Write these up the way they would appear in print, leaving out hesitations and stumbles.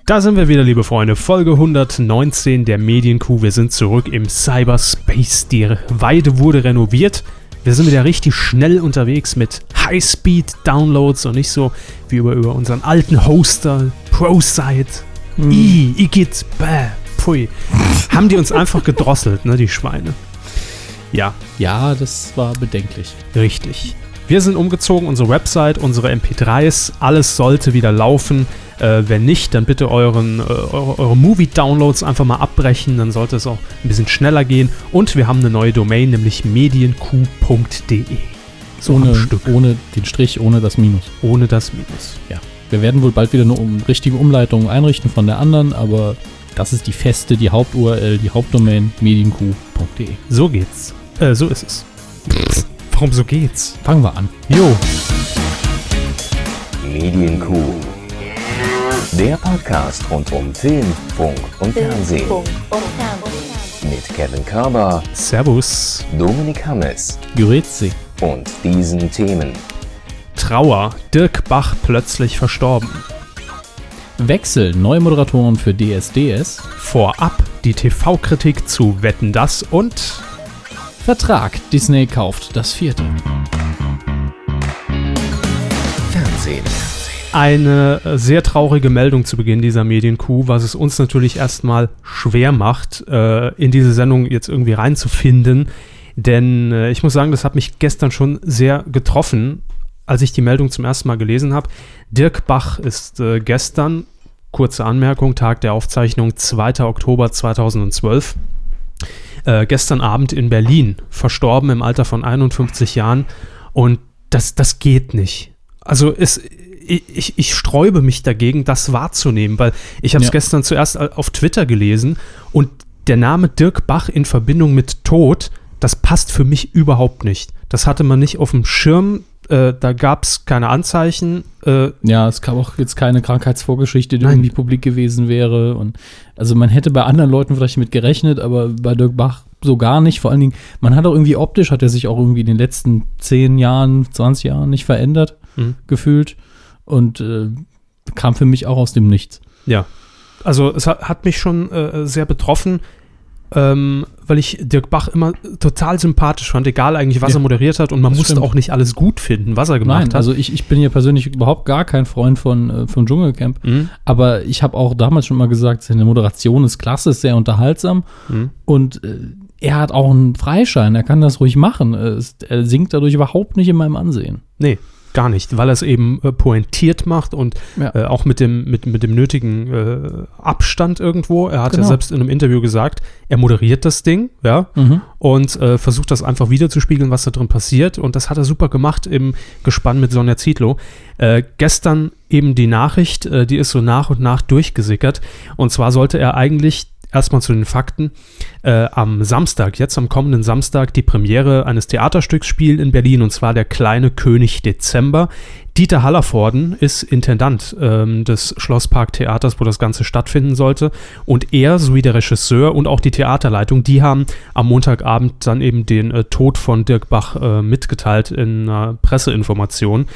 Da sind wir wieder, liebe Freunde. Folge 119 der Medienkuh. Wir sind zurück im Cyberspace. Die Weide wurde renoviert. Wir sind wieder richtig schnell unterwegs mit High-Speed-Downloads und nicht so wie über unseren alten Hoster, ProSite. Igitt, bäh, pui. Haben die uns einfach gedrosselt, ne, die Schweine. Ja. Ja, das war bedenklich. Richtig. Wir sind umgezogen, unsere Website, unsere MP3s, alles sollte wieder laufen. Wenn nicht, dann bitte eure Movie-Downloads einfach mal abbrechen, dann sollte es auch ein bisschen schneller gehen. Und wir haben eine neue Domain, nämlich medienkuh.de. So ohne den Strich, ohne das Minus. Ohne das Minus. Ja. Wir werden wohl bald wieder eine richtige Umleitung einrichten von der anderen, aber das ist die feste, die Haupt-URL, die Hauptdomain, medienkuh.de. So geht's. So ist es. Warum so geht's? Fangen wir an. Jo. Medienkuh. Der Podcast rund um Film, Funk und Fernsehen. Mit Kevin Körber, Servus, Dominik Hammes, Grüezi und diesen Themen. Trauer, Dirk Bach plötzlich verstorben. Wechsel, neue Moderatoren für DSDS. Vorab die TV-Kritik zu Wetten, dass und Vertrag, Disney kauft das 4. Fernsehen. Eine sehr traurige Meldung zu Beginn dieser Medienkuh, was es uns natürlich erstmal schwer macht, in diese Sendung jetzt irgendwie reinzufinden. Denn ich muss sagen, das hat mich gestern schon sehr getroffen, als ich die Meldung zum ersten Mal gelesen habe. Dirk Bach ist gestern, kurze Anmerkung, Tag der Aufzeichnung, 2. Oktober 2012, gestern Abend in Berlin verstorben im Alter von 51 Jahren. Und das geht nicht. Also ich sträube mich dagegen, das wahrzunehmen, weil ich habe es gestern zuerst auf Twitter gelesen und der Name Dirk Bach in Verbindung mit Tod, das passt für mich überhaupt nicht. Das hatte man nicht auf dem Schirm, da gab es keine Anzeichen. Ja, es gab auch jetzt keine Krankheitsvorgeschichte, die irgendwie publik gewesen wäre. Und also man hätte bei anderen Leuten vielleicht mit gerechnet, aber bei Dirk Bach so gar nicht. Vor allen Dingen, man hat auch irgendwie optisch, hat er sich auch irgendwie in den letzten 10 Jahren, 20 Jahren nicht verändert, gefühlt. Und kam für mich auch aus dem Nichts. Ja, also es hat mich schon sehr betroffen, weil ich Dirk Bach immer total sympathisch fand, egal eigentlich, was er moderiert hat. Und man musste auch nicht alles gut finden, was er gemacht hat. Also ich bin ja persönlich überhaupt gar kein Freund von Dschungelcamp. Aber ich habe auch damals schon mal gesagt, seine Moderation ist klasse, ist sehr unterhaltsam. Und er hat auch einen Freischein, er kann das ruhig machen. Er sinkt dadurch überhaupt nicht in meinem Ansehen. Nee. Gar nicht, weil er es eben pointiert macht und auch mit dem nötigen Abstand irgendwo. Er hat ja selbst in einem Interview gesagt, er moderiert das Ding, und versucht das einfach wiederzuspiegeln, was da drin passiert. Und das hat er super gemacht im Gespann mit Sonja Zietlow. Gestern eben die Nachricht, die ist so nach und nach durchgesickert. Und zwar sollte er eigentlich erstmal zu den Fakten. Am Samstag, jetzt am kommenden Samstag, die Premiere eines Theaterstücks spielen in Berlin, und zwar Der kleine König Dezember. Dieter Hallervorden ist Intendant des Schlossparktheaters, wo das Ganze stattfinden sollte. Und er, sowie der Regisseur und auch die Theaterleitung, die haben am Montagabend dann eben den Tod von Dirk Bach mitgeteilt in einer Presseinformation.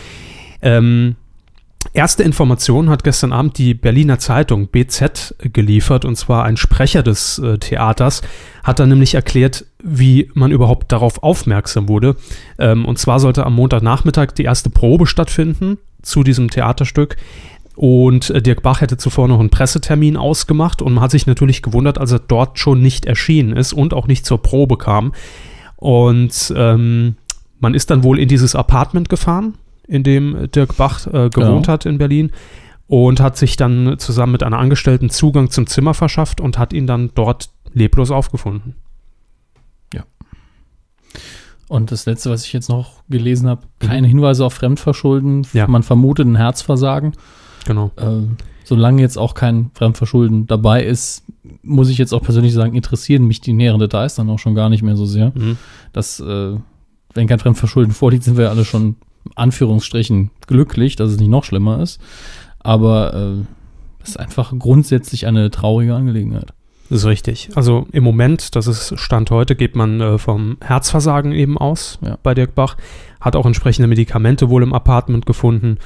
Erste Information hat gestern Abend die Berliner Zeitung BZ geliefert, und zwar ein Sprecher des Theaters hat dann nämlich erklärt, wie man überhaupt darauf aufmerksam wurde. Und zwar sollte am Montagnachmittag die erste Probe stattfinden zu diesem Theaterstück. Und Dirk Bach hätte zuvor noch einen Pressetermin ausgemacht, und man hat sich natürlich gewundert, als er dort schon nicht erschienen ist und auch nicht zur Probe kam. Und man ist dann wohl in dieses Apartment gefahren, in dem Dirk Bach gewohnt hat in Berlin, und hat sich dann zusammen mit einer Angestellten Zugang zum Zimmer verschafft und hat ihn dann dort leblos aufgefunden. Ja. Und das Letzte, was ich jetzt noch gelesen habe, keine Hinweise auf Fremdverschulden. Ja. Man vermutet ein Herzversagen. Genau. Solange jetzt auch kein Fremdverschulden dabei ist, muss ich jetzt auch persönlich sagen, interessieren mich die näheren Details dann auch schon gar nicht mehr so sehr. Dass, wenn kein Fremdverschulden vorliegt, sind wir ja alle schon Anführungsstrichen glücklich, dass es nicht noch schlimmer ist. Aber es ist einfach grundsätzlich eine traurige Angelegenheit. Das ist richtig. Also im Moment, das ist Stand heute, geht man vom Herzversagen eben aus bei Dirk Bach. Hat auch entsprechende Medikamente wohl im Apartment gefunden.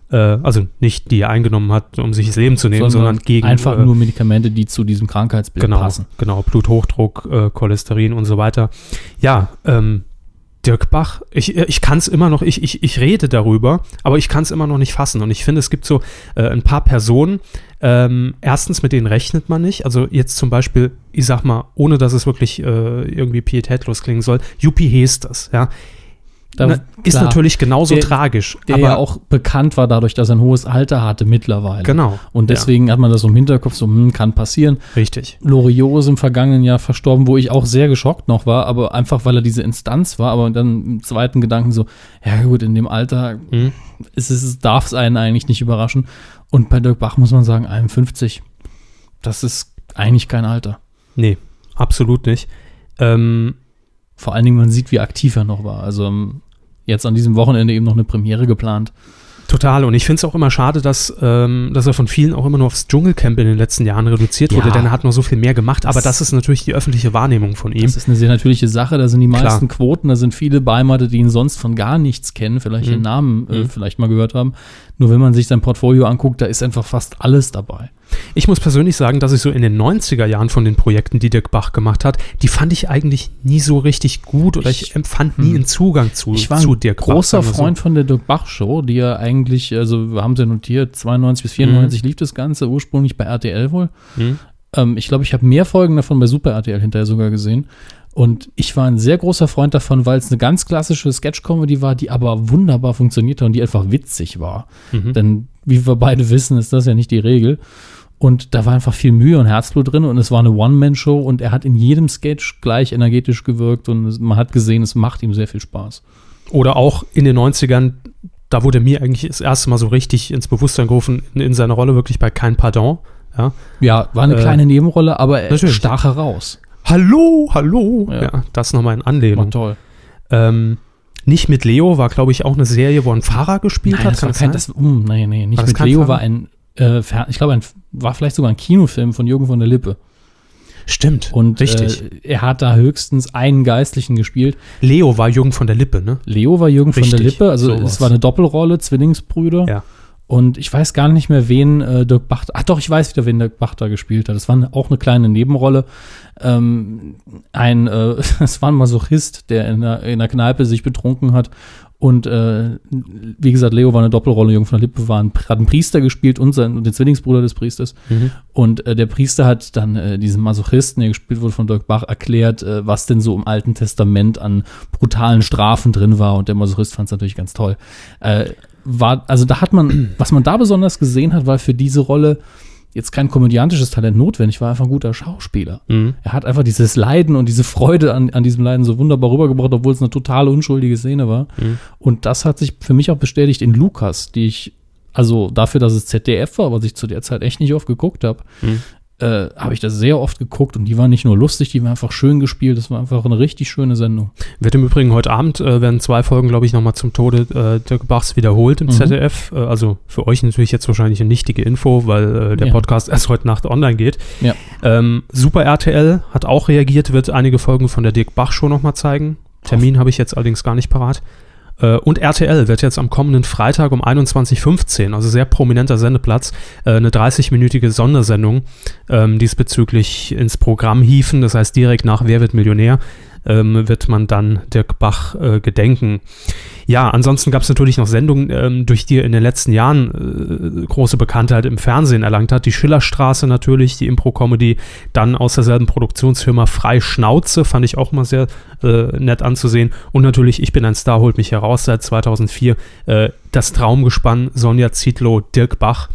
also nicht die er eingenommen hat, um sich das Leben zu nehmen, sondern gegen einfach nur Medikamente, die zu diesem Krankheitsbild passen. Genau, Bluthochdruck, Cholesterin und so weiter. Ja, Dirk Bach, ich kann es immer noch, ich rede darüber, aber ich kann es immer noch nicht fassen. Und ich finde, es gibt so ein paar Personen, erstens, mit denen rechnet man nicht. Also jetzt zum Beispiel, ich sag mal, ohne dass es wirklich irgendwie pietätlos klingen soll, Juppie Heesters, ja. Ist natürlich genauso tragisch. Der aber ja auch bekannt war dadurch, dass er ein hohes Alter hatte mittlerweile. Genau. Und deswegen hat man das so im Hinterkopf, so kann passieren. Richtig. Loriot ist im vergangenen Jahr verstorben, wo ich auch sehr geschockt noch war, aber einfach, weil er diese Instanz war, aber dann im zweiten Gedanken so, ja gut, in dem Alter darf es einen eigentlich nicht überraschen. Und bei Dirk Bach muss man sagen, 51, das ist eigentlich kein Alter. Nee, absolut nicht. Vor allen Dingen, man sieht, wie aktiv er noch war. Also jetzt an diesem Wochenende eben noch eine Premiere geplant. Total. Und ich finde es auch immer schade, dass er von vielen auch immer nur aufs Dschungelcamp in den letzten Jahren reduziert wurde, denn er hat noch so viel mehr gemacht. Aber das ist natürlich die öffentliche Wahrnehmung von ihm. Das ist eine sehr natürliche Sache. Da sind die meisten Quoten, da sind viele Beheimatet, die ihn sonst von gar nichts kennen, vielleicht den Namen vielleicht mal gehört haben. Nur wenn man sich sein Portfolio anguckt, da ist einfach fast alles dabei. Ich muss persönlich sagen, dass ich so in den 90er Jahren von den Projekten, die Dirk Bach gemacht hat, die fand ich eigentlich nie so richtig gut oder ich empfand nie einen Zugang zu Dirk Bach. Ich war ein großer Freund von der Dirk Bach Show, die ja eigentlich, also wir haben sie notiert, 92 bis 94 lief das Ganze, ursprünglich bei RTL wohl. Ich glaube, ich habe mehr Folgen davon bei Super RTL hinterher sogar gesehen. Und ich war ein sehr großer Freund davon, weil es eine ganz klassische Sketch-Comedy war, die aber wunderbar funktionierte und die einfach witzig war. Denn, wie wir beide wissen, ist das ja nicht die Regel. Und da war einfach viel Mühe und Herzblut drin und es war eine One-Man-Show und er hat in jedem Sketch gleich energetisch gewirkt und man hat gesehen, es macht ihm sehr viel Spaß. Oder auch in den 90ern, da wurde mir eigentlich das erste Mal so richtig ins Bewusstsein gerufen, in seiner Rolle wirklich bei Kein Pardon. Ja, war eine kleine Nebenrolle, aber er stach heraus. Hallo. Ja, das nochmal in Anlehnung. War toll. Nicht mit Leo war, glaube ich, auch eine Serie, wo ein Pfarrer gespielt hat. Nee, nicht mit Leo war ein ich glaube, war vielleicht sogar ein Kinofilm von Jürgen von der Lippe. Stimmt, und richtig. Er hat da höchstens einen Geistlichen gespielt. Leo war Jürgen von der Lippe, ne? Leo war Jürgen von der Lippe, also es war eine Doppelrolle, Zwillingsbrüder. Ja. Und ich weiß gar nicht mehr, wen Dirk Bach, ich weiß wieder, wen Dirk Bach da gespielt hat. Das war auch eine kleine Nebenrolle. Es war ein Masochist, der in der Kneipe sich betrunken hat. Und wie gesagt, Leo war eine Doppelrolle, Jürgen von der Lippe hat einen Priester gespielt und den Zwillingsbruder des Priesters. Und der Priester hat dann diesem Masochisten, der gespielt wurde von Dirk Bach, erklärt, was denn so im Alten Testament an brutalen Strafen drin war. Und der Masochist fand es natürlich ganz toll. Also da hat man, was man da besonders gesehen hat, war für diese Rolle jetzt kein komödiantisches Talent notwendig, war einfach ein guter Schauspieler. Er hat einfach dieses Leiden und diese Freude an diesem Leiden so wunderbar rübergebracht, obwohl es eine total unschuldige Szene war. Und das hat sich für mich auch bestätigt in Lukas, die ich, also dafür, dass es ZDF war, was ich zu der Zeit echt nicht oft geguckt habe, habe ich das sehr oft geguckt und die war nicht nur lustig, die war einfach schön gespielt, das war einfach eine richtig schöne Sendung. Wird im Übrigen heute Abend, werden 2 Folgen, glaube ich, nochmal zum Tode Dirk Bachs wiederholt im ZDF. Also für euch natürlich jetzt wahrscheinlich eine nichtige Info, weil der Podcast erst heute Nacht online geht. Ja. Super RTL hat auch reagiert, wird einige Folgen von der Dirk Bach Show nochmal zeigen. Termin habe ich jetzt allerdings gar nicht parat. Und RTL wird jetzt am kommenden Freitag um 21:15 Uhr, also sehr prominenter Sendeplatz, eine 30-minütige Sondersendung diesbezüglich ins Programm hieven. Das heißt, direkt nach Wer wird Millionär wird man dann Dirk Bach gedenken. Ja, ansonsten gab es natürlich noch Sendungen, durch die er in den letzten Jahren große Bekanntheit im Fernsehen erlangt hat. Die Schillerstraße natürlich, die Impro-Comedy, dann aus derselben Produktionsfirma Frei Schnauze, fand ich auch mal sehr nett anzusehen. Und natürlich Ich bin ein Star, holt mich heraus, seit 2004. Das Traumgespann, Sonja Zietlow, Dirk Bach.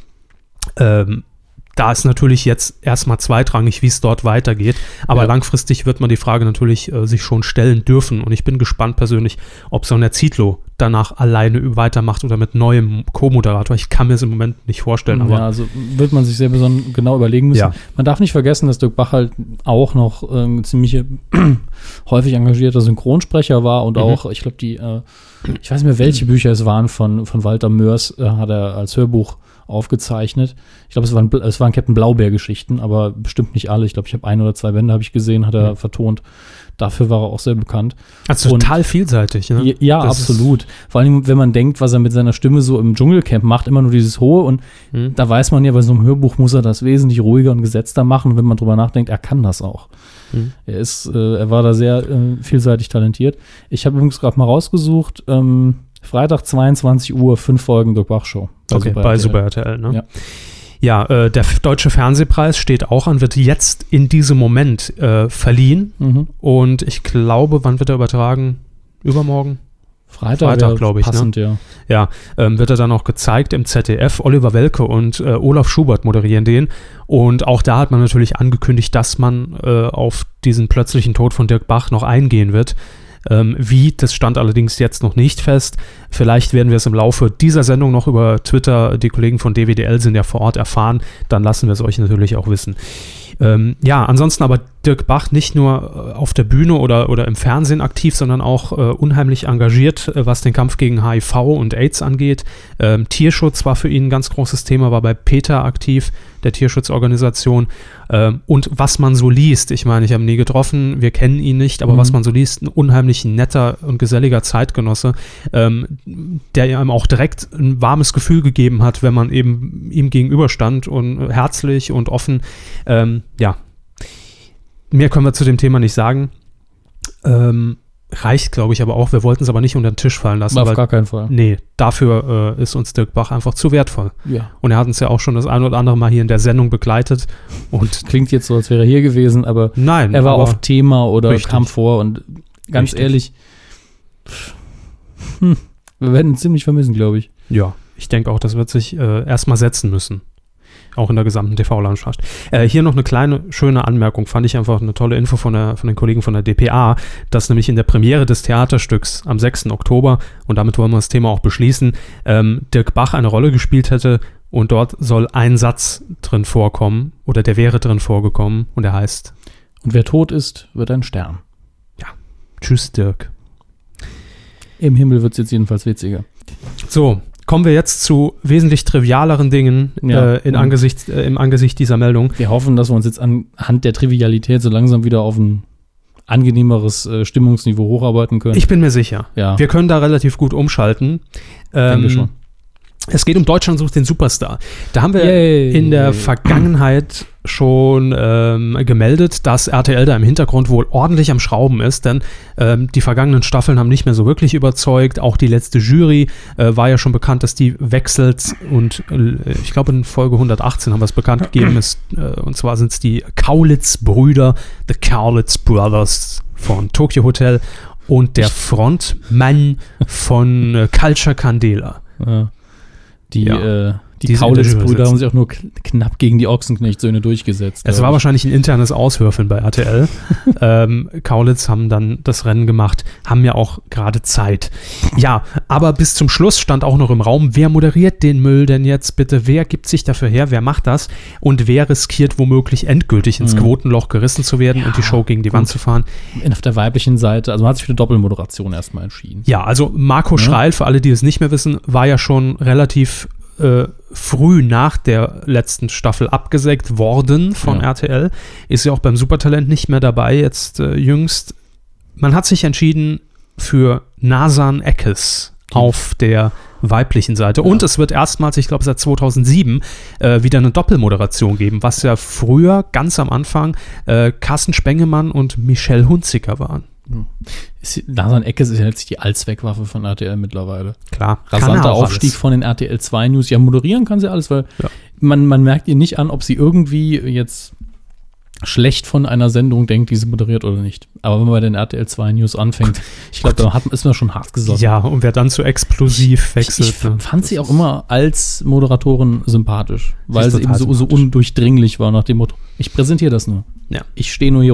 Da ist natürlich jetzt erstmal zweitrangig, wie es dort weitergeht. Aber langfristig wird man die Frage natürlich sich schon stellen dürfen. Und ich bin gespannt persönlich, ob Sonja Zietlow danach alleine weitermacht oder mit neuem Co-Moderator. Ich kann mir es im Moment nicht vorstellen. Aber also wird man sich sehr genau überlegen müssen. Ja. Man darf nicht vergessen, dass Dirk Bach halt auch noch ziemlich häufig engagierter Synchronsprecher war und auch, ich glaube, ich weiß nicht mehr, welche Bücher es waren von Walter Mörs, hat er als Hörbuch aufgezeichnet. Ich glaube, es waren Captain Blaubeer-Geschichten, aber bestimmt nicht alle. Ich glaube, ich habe 1 oder 2 Bände habe ich gesehen, hat er vertont. Dafür war er auch sehr bekannt. Also total vielseitig, ne? Ja, das absolut. Vor allem, wenn man denkt, was er mit seiner Stimme so im Dschungelcamp macht, immer nur dieses Hohe. Und da weiß man ja, bei so einem Hörbuch muss er das wesentlich ruhiger und gesetzter machen. Und wenn man drüber nachdenkt, er kann das auch. Er war da sehr vielseitig talentiert. Ich habe übrigens gerade mal rausgesucht, Freitag 22 Uhr, 5 Folgen Dirk Bach Show. Bei Super RTL, ne? Ja. Ja, der Deutsche Fernsehpreis steht auch an, wird jetzt in diesem Moment verliehen. Und ich glaube, wann wird er übertragen? Übermorgen? Freitag, glaube ich. Passend, ne? Ja, wird er dann auch gezeigt im ZDF. Oliver Welke und Olaf Schubert moderieren den. Und auch da hat man natürlich angekündigt, dass man auf diesen plötzlichen Tod von Dirk Bach noch eingehen wird. Wie, das stand allerdings jetzt noch nicht fest. Vielleicht werden wir es im Laufe dieser Sendung noch über Twitter, die Kollegen von DWDL sind ja vor Ort, erfahren. Dann lassen wir es euch natürlich auch wissen. Ja, ansonsten aber Dirk Bach nicht nur auf der Bühne oder im Fernsehen aktiv, sondern auch unheimlich engagiert, was den Kampf gegen HIV und AIDS angeht. Tierschutz war für ihn ein ganz großes Thema, war bei PETA aktiv, der Tierschutzorganisation. Und was man so liest, ich meine, ich habe ihn nie getroffen, wir kennen ihn nicht, aber was man so liest, ein unheimlich netter und geselliger Zeitgenosse, der ihm auch direkt ein warmes Gefühl gegeben hat, wenn man eben ihm gegenüberstand und herzlich und offen. Ja, mehr können wir zu dem Thema nicht sagen. Reicht, glaube ich, aber auch. Wir wollten es aber nicht unter den Tisch fallen lassen. Auf gar keinen Fall. Nee, dafür ist uns Dirk Bach einfach zu wertvoll. Ja. Und er hat uns ja auch schon das ein oder andere Mal hier in der Sendung begleitet. Und klingt jetzt so, als wäre er hier gewesen, aber nein, er war oft Thema oder richtig. Kam vor. Und ganz ehrlich, wir werden ihn ziemlich vermissen, glaube ich. Ja, ich denke auch, das wird sich erstmal setzen müssen. Auch in der gesamten TV-Landschaft. Hier noch eine kleine, schöne Anmerkung, fand ich einfach eine tolle Info von den Kollegen von der dpa, dass nämlich in der Premiere des Theaterstücks am 6. Oktober, und damit wollen wir das Thema auch beschließen, Dirk Bach eine Rolle gespielt hätte und dort soll ein Satz drin vorkommen, oder der wäre drin vorgekommen, und der heißt: Und wer tot ist, wird ein Stern. Ja, tschüss Dirk. Im Himmel wird es jetzt jedenfalls witziger. So, kommen wir jetzt zu wesentlich trivialeren Dingen im Angesicht dieser Meldung. Wir hoffen, dass wir uns jetzt anhand der Trivialität so langsam wieder auf ein angenehmeres Stimmungsniveau hocharbeiten können. Ich bin mir sicher. Ja. Wir können da relativ gut umschalten. Denke schon. Es geht um Deutschland sucht den Superstar. Da haben wir in der Vergangenheit schon gemeldet, dass RTL da im Hintergrund wohl ordentlich am Schrauben ist, denn die vergangenen Staffeln haben nicht mehr so wirklich überzeugt. Auch die letzte Jury war ja schon bekannt, dass die wechselt, und ich glaube in Folge 118 haben wir es bekannt gegeben, und zwar sind es die Kaulitz-Brüder, The Kaulitz Brothers von Tokyo Hotel und der Frontmann von Culture Candela. Ja. Die Kaulitz-Brüder haben sich auch nur knapp gegen die Ochsenknecht-Söhne durchgesetzt. Es war wahrscheinlich ein internes Auswürfeln bei RTL. Kaulitz haben dann das Rennen gemacht, haben ja auch gerade Zeit. Ja, aber bis zum Schluss stand auch noch im Raum, wer moderiert den Müll denn jetzt bitte? Wer gibt sich dafür her? Wer macht das? Und wer riskiert womöglich endgültig ins Quotenloch gerissen zu werden und die Show gegen die Wand zu fahren? Auf der weiblichen Seite, also man hat sich für eine Doppelmoderation erstmal entschieden. Ja, also Marco Schreil, für alle, die es nicht mehr wissen, war ja schon relativ früh nach der letzten Staffel abgesägt worden von RTL. Ist ja auch beim Supertalent nicht mehr dabei, jetzt jüngst. Man hat sich entschieden für Nasan Eckes auf der weiblichen Seite. Und es wird erstmals, ich glaube seit 2007, wieder eine Doppelmoderation geben, was ja früher, ganz am Anfang, Carsten Spengemann und Michelle Hunziker waren. Nasan Eckes ist ja jetzt die Allzweckwaffe von RTL mittlerweile. Klar. Rasanter Aufstieg von den RTL 2 News. Ja, moderieren kann sie alles, weil man merkt ihr nicht an, ob sie irgendwie jetzt schlecht von einer Sendung denkt, die sie moderiert oder nicht. Aber wenn man bei den RTL 2 News anfängt, ich glaube, da ist man schon hart gesoffen. Ja, und wer dann zu explosiv wechselt. Ich fand sie auch immer als Moderatorin sympathisch, weil sie eben so undurchdringlich war nach dem Motto, ich präsentiere das nur. Ja. Ich stehe nur hier rum.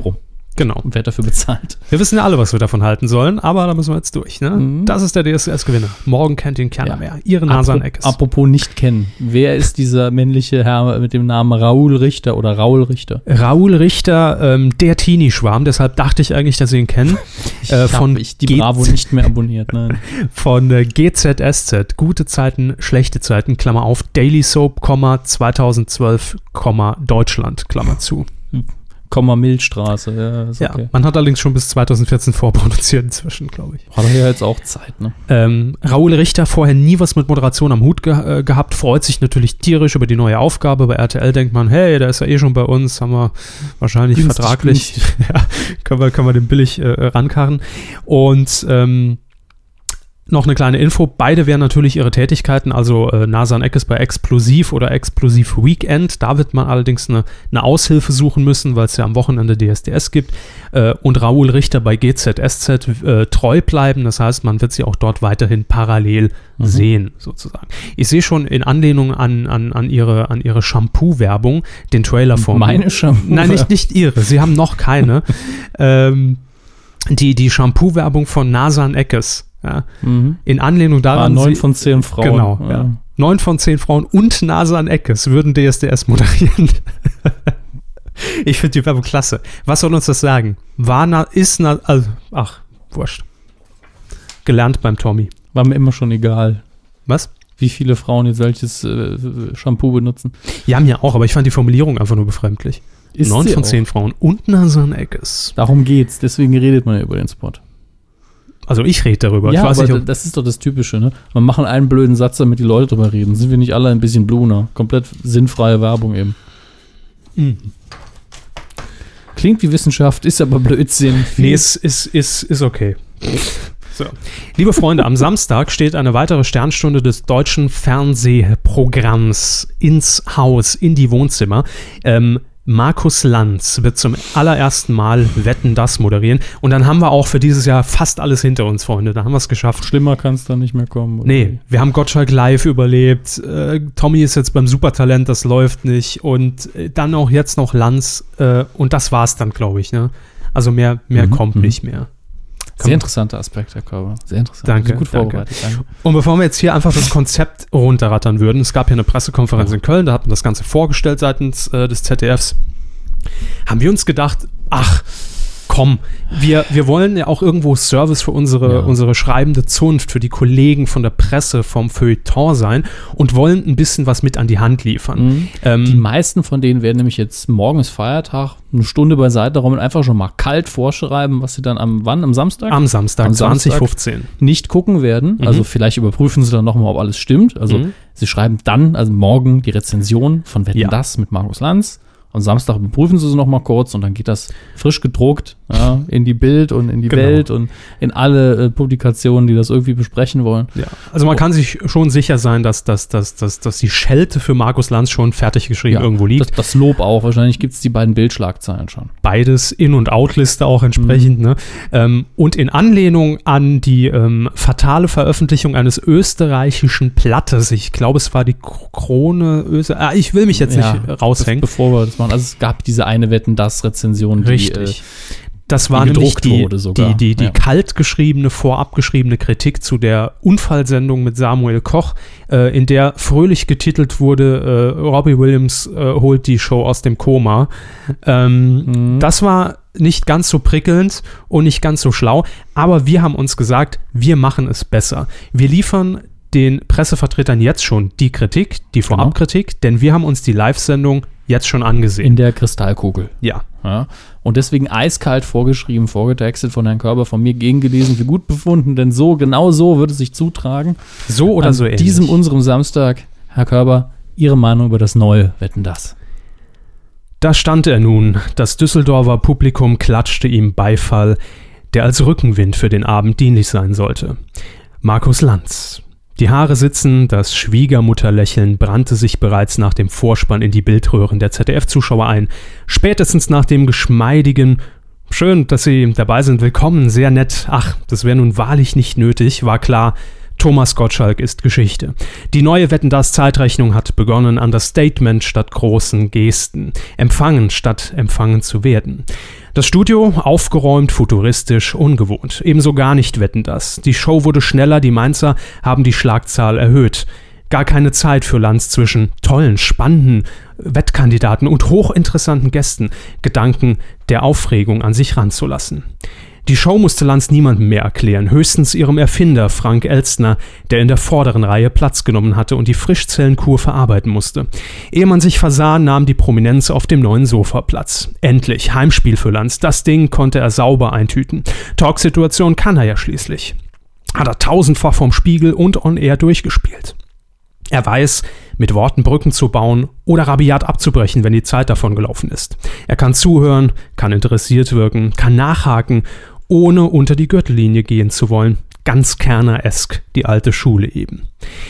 Genau. Und wer dafür bezahlt. Wir wissen ja alle, was wir davon halten sollen, aber da müssen wir jetzt durch. Ne? Das ist der DSDS-Gewinner. Morgen kennt ihn keiner mehr. Ihre Nasan Eckes. Apropos nicht kennen. Wer ist dieser männliche Herr mit dem Namen Raoul Richter oder Raoul Richter? Raoul Richter, der Teenie-Schwarm. Deshalb dachte ich eigentlich, dass Sie ihn kennen. Ich habe die Bravo nicht mehr abonniert. Nein. Von GZSZ. Gute Zeiten, schlechte Zeiten, Klammer auf. Daily Soap, 2012, Deutschland, Klammer zu. Milchstraße, ist okay. Man hat allerdings schon bis 2014 vorproduziert inzwischen, glaube ich. Hat er ja jetzt auch Zeit, ne? Raoul Richter, vorher nie was mit Moderation am Hut gehabt, freut sich natürlich tierisch über die neue Aufgabe. Bei RTL denkt man, hey, der ist ja eh schon bei uns, haben wir wahrscheinlich günstig, vertraglich, ja, können wir den billig rankarren. Und noch eine kleine Info, beide werden natürlich ihre Tätigkeiten, also Nasan Eckes bei Explosiv oder Explosiv Weekend, da wird man allerdings eine Aushilfe suchen müssen, weil es ja am Wochenende DSDS gibt, und Raoul Richter bei GZSZ treu bleiben, das heißt, man wird sie auch dort weiterhin parallel sehen, sozusagen. Ich sehe schon in Anlehnung an ihre Shampoo-Werbung den Trailer von... Meine Shampoo? Nein, nicht ihre, sie haben noch keine. Die Shampoo-Werbung von Nasan Eckes. Ja. In Anlehnung daran. 9 von 10 Frauen. Genau. Ja. 9 von 10 Frauen und Nasan Eckes würden DSDS moderieren. Ich finde die Werbung klasse. Was soll uns das sagen? Wurscht. Gelernt beim Tommy. War mir immer schon egal. Was? Wie viele Frauen jetzt solches Shampoo benutzen. Ja, mir auch, aber ich fand die Formulierung einfach nur befremdlich. 9 von 10 Frauen und Nasan Eckes. Darum geht's, deswegen redet man ja über den Spot. Also ich rede darüber. Ja, ich weiß nicht, das ist doch das Typische, ne? Man macht einen blöden Satz, damit die Leute drüber reden. Sind wir nicht alle ein bisschen bluner? Komplett sinnfreie Werbung eben. Klingt wie Wissenschaft, ist aber Blödsinn. Nee, ist okay. So. Liebe Freunde, am Samstag steht eine weitere Sternstunde des deutschen Fernsehprogramms ins Haus, in die Wohnzimmer. Markus Lanz wird zum allerersten Mal Wetten, das moderieren. Und dann haben wir auch für dieses Jahr fast alles hinter uns, Freunde. Da haben wir es geschafft. Schlimmer kann es dann nicht mehr kommen. Oder? Nee, wir haben Gottschalk live überlebt. Tommy ist jetzt beim Supertalent, das läuft nicht. Und dann auch jetzt noch Lanz. Und das war's dann, glaube ich. Ne? Also mehr kommt nicht mehr. Sehr interessanter Aspekt, Herr Körber. Sehr interessant. Danke. Gut vorbereitet. Danke. Und bevor wir jetzt hier einfach das Konzept runterrattern würden, es gab hier eine Pressekonferenz in Köln, da hat man das Ganze vorgestellt seitens des ZDFs, haben wir uns gedacht, ach, komm, wir wollen ja auch irgendwo Service für unsere schreibende Zunft, für die Kollegen von der Presse, vom Feuilleton sein und wollen ein bisschen was mit an die Hand liefern. Die meisten von denen werden nämlich jetzt morgens Feiertag eine Stunde beiseite räumen und einfach schon mal kalt vorschreiben, was sie dann am Samstag? Am Samstag 2015. Nicht gucken werden. Also vielleicht überprüfen sie dann nochmal, ob alles stimmt. Also sie schreiben dann, also morgen die Rezension von Wetten, das mit Markus Lanz. Am Samstag überprüfen sie noch mal kurz und dann geht das frisch gedruckt in die Bild und in die Welt und in alle Publikationen, die das irgendwie besprechen wollen. Ja. Also man kann sich schon sicher sein, dass die Schelte für Markus Lanz schon fertig geschrieben irgendwo liegt. Das Lob auch. Wahrscheinlich gibt es die beiden Bildschlagzeilen schon. Beides, In- und Outliste auch entsprechend. Ne? Und in Anlehnung an die fatale Veröffentlichung eines österreichischen Blattes, ich glaube, es war die Krone Österreich. Ich will mich jetzt nicht raushängen. Bevor wir das machen. Also es gab diese eine Wetten-das-Rezension, die das war nämlich die kalt geschriebene, vorab geschriebene Kritik zu der Unfallsendung mit Samuel Koch, in der fröhlich getitelt wurde, Robbie Williams holt die Show aus dem Koma. Das war nicht ganz so prickelnd und nicht ganz so schlau, aber wir haben uns gesagt, wir machen es besser. Wir liefern den Pressevertretern jetzt schon die Kritik, die Vorabkritik, denn wir haben uns die Live-Sendung jetzt schon angesehen. In der Kristallkugel. Ja. Und deswegen eiskalt vorgeschrieben, vorgetextet von Herrn Körber, von mir gegengelesen, für gut befunden, denn genau so würde es sich zutragen. So oder so ähnlich. An diesem unserem Samstag, Herr Körber, Ihre Meinung über das neue Wetten, das? Da stand er nun, das Düsseldorfer Publikum klatschte ihm Beifall, der als Rückenwind für den Abend dienlich sein sollte. Markus Lanz. Die Haare sitzen, das Schwiegermutterlächeln brannte sich bereits nach dem Vorspann in die Bildröhren der ZDF-Zuschauer ein. Spätestens nach dem geschmeidigen »Schön, dass Sie dabei sind, willkommen, sehr nett, ach, das wäre nun wahrlich nicht nötig«, war klar, Thomas Gottschalk ist Geschichte. Die neue Wetten-das-Zeitrechnung hat begonnen, Understatement statt großen Gesten, empfangen statt empfangen zu werden. Das Studio aufgeräumt, futuristisch, ungewohnt. Ebenso gar nicht Wetten, dass. Die Show wurde schneller, die Mainzer haben die Schlagzahl erhöht. Gar keine Zeit für Lanz zwischen tollen, spannenden Wettkandidaten und hochinteressanten Gästen Gedanken der Aufregung an sich ranzulassen. Die Show musste Lanz niemandem mehr erklären, höchstens ihrem Erfinder Frank Elstner, der in der vorderen Reihe Platz genommen hatte und die Frischzellenkur verarbeiten musste. Ehe man sich versah, nahm die Prominenz auf dem neuen Sofa Platz. Endlich, Heimspiel für Lanz, das Ding konnte er sauber eintüten. Talksituation kann er ja schließlich. Hat er tausendfach vom Spiegel und on air durchgespielt. Er weiß, mit Worten Brücken zu bauen oder rabiat abzubrechen, wenn die Zeit davon gelaufen ist. Er kann zuhören, kann interessiert wirken, kann nachhaken, ohne unter die Gürtellinie gehen zu wollen. Ganz Kerner-esk, die alte Schule eben.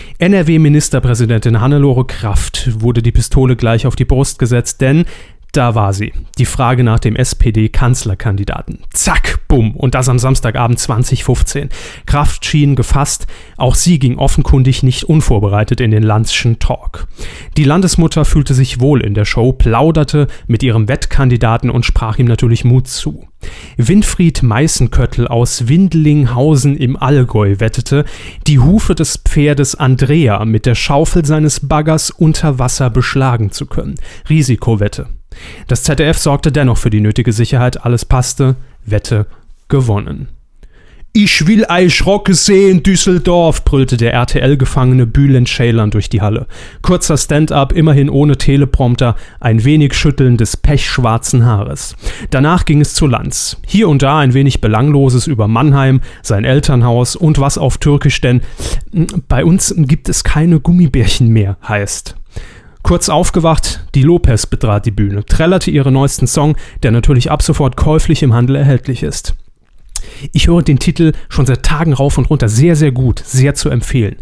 NRW-Ministerpräsidentin Hannelore Kraft wurde die Pistole gleich auf die Brust gesetzt, denn da war sie, die Frage nach dem SPD-Kanzlerkandidaten. Zack, bumm, und das am Samstagabend 2015. Kraft schien gefasst, auch sie ging offenkundig nicht unvorbereitet in den Lanzschen Talk. Die Landesmutter fühlte sich wohl in der Show, plauderte mit ihrem Wettkandidaten und sprach ihm natürlich Mut zu. Winfried Meißenköttl aus Windelinghausen im Allgäu wettete, die Hufe des Pferdes Andrea mit der Schaufel seines Baggers unter Wasser beschlagen zu können. Risikowette. Das ZDF sorgte dennoch für die nötige Sicherheit, alles passte, Wette gewonnen. Ich will Eichrocke sehen, Düsseldorf, brüllte der RTL-Gefangene Bülent Ceylan durch die Halle. Kurzer Stand-up, immerhin ohne Teleprompter, ein wenig Schütteln des pechschwarzen Haares. Danach ging es zu Lanz. Hier und da ein wenig Belangloses über Mannheim, sein Elternhaus und was auf Türkisch denn bei uns gibt es keine Gummibärchen mehr heißt. Kurz aufgewacht, die Lopez betrat die Bühne, trällerte ihren neuesten Song, der natürlich ab sofort käuflich im Handel erhältlich ist. Ich höre den Titel schon seit Tagen rauf und runter, sehr, sehr gut, sehr zu empfehlen.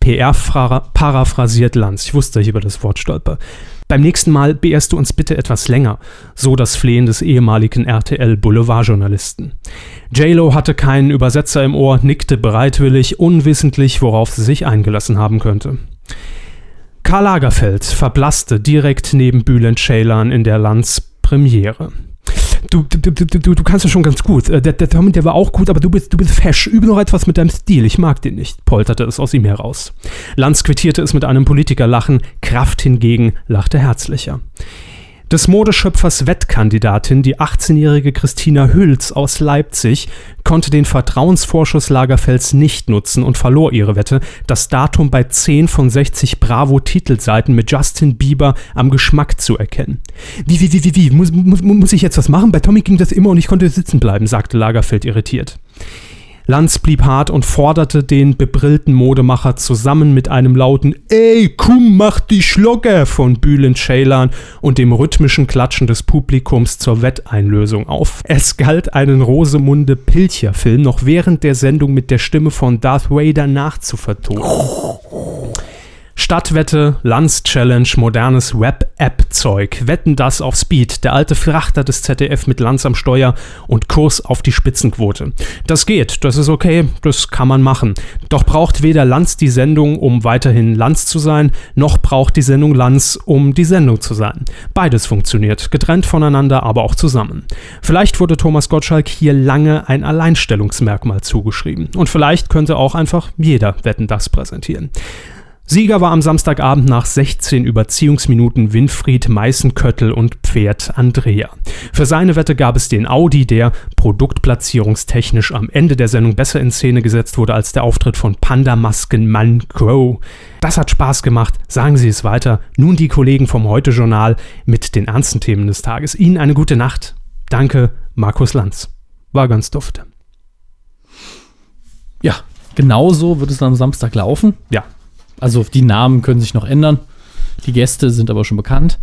PR-paraphrasiert Lanz, ich wusste, dass ich über das Wort stolper. Beim nächsten Mal beehrst du uns bitte etwas länger, so das Flehen des ehemaligen RTL-Boulevardjournalisten. J-Lo hatte keinen Übersetzer im Ohr, nickte bereitwillig, unwissentlich, worauf sie sich eingelassen haben könnte. Karl Lagerfeld verblasste direkt neben Bülent Ceylan in der Lanz-Premiere. Du kannst ja schon ganz gut. Der Tommy, der war auch gut, aber du bist fesch. Übe noch etwas mit deinem Stil. Ich mag den nicht, polterte es aus ihm heraus. Lanz quittierte es mit einem Politikerlachen. Kraft hingegen lachte herzlicher. Des Modeschöpfers Wettkandidatin, die 18-jährige Christina Hülz aus Leipzig, konnte den Vertrauensvorschuss Lagerfelds nicht nutzen und verlor ihre Wette, das Datum bei 10 von 60 Bravo-Titelseiten mit Justin Bieber am Geschmack zu erkennen. Wie? Muss ich jetzt was machen? Bei Tommy ging das immer und ich konnte sitzen bleiben, sagte Lagerfeld irritiert. Lanz blieb hart und forderte den bebrillten Modemacher zusammen mit einem lauten »Ey, komm, mach dich locker« von Bülent Ceylan und dem rhythmischen Klatschen des Publikums zur Wetteinlösung auf. Es galt, einen Rosemunde-Pilcher-Film noch während der Sendung mit der Stimme von Darth Vader nachzuvertonen. Stadtwette, Lanz-Challenge, modernes Web-App-Zeug, Wetten das auf Speed, der alte Frachter des ZDF mit Lanz am Steuer und Kurs auf die Spitzenquote. Das geht, das ist okay, das kann man machen. Doch braucht weder Lanz die Sendung, um weiterhin Lanz zu sein, noch braucht die Sendung Lanz, um die Sendung zu sein. Beides funktioniert, getrennt voneinander, aber auch zusammen. Vielleicht wurde Thomas Gottschalk hier lange ein Alleinstellungsmerkmal zugeschrieben. Und vielleicht könnte auch einfach jeder Wetten das präsentieren. Sieger war am Samstagabend nach 16 Überziehungsminuten Winfried Meißenköttl und Pferd Andrea. Für seine Wette gab es den Audi, der produktplatzierungstechnisch am Ende der Sendung besser in Szene gesetzt wurde als der Auftritt von Panda-Maskenmann Crow. Das hat Spaß gemacht, sagen Sie es weiter. Nun die Kollegen vom Heute-Journal mit den ernsten Themen des Tages. Ihnen eine gute Nacht. Danke, Markus Lanz. War ganz dufte. Ja, genauso wird es dann am Samstag laufen. Ja. Also die Namen können sich noch ändern. Die Gäste sind aber schon bekannt.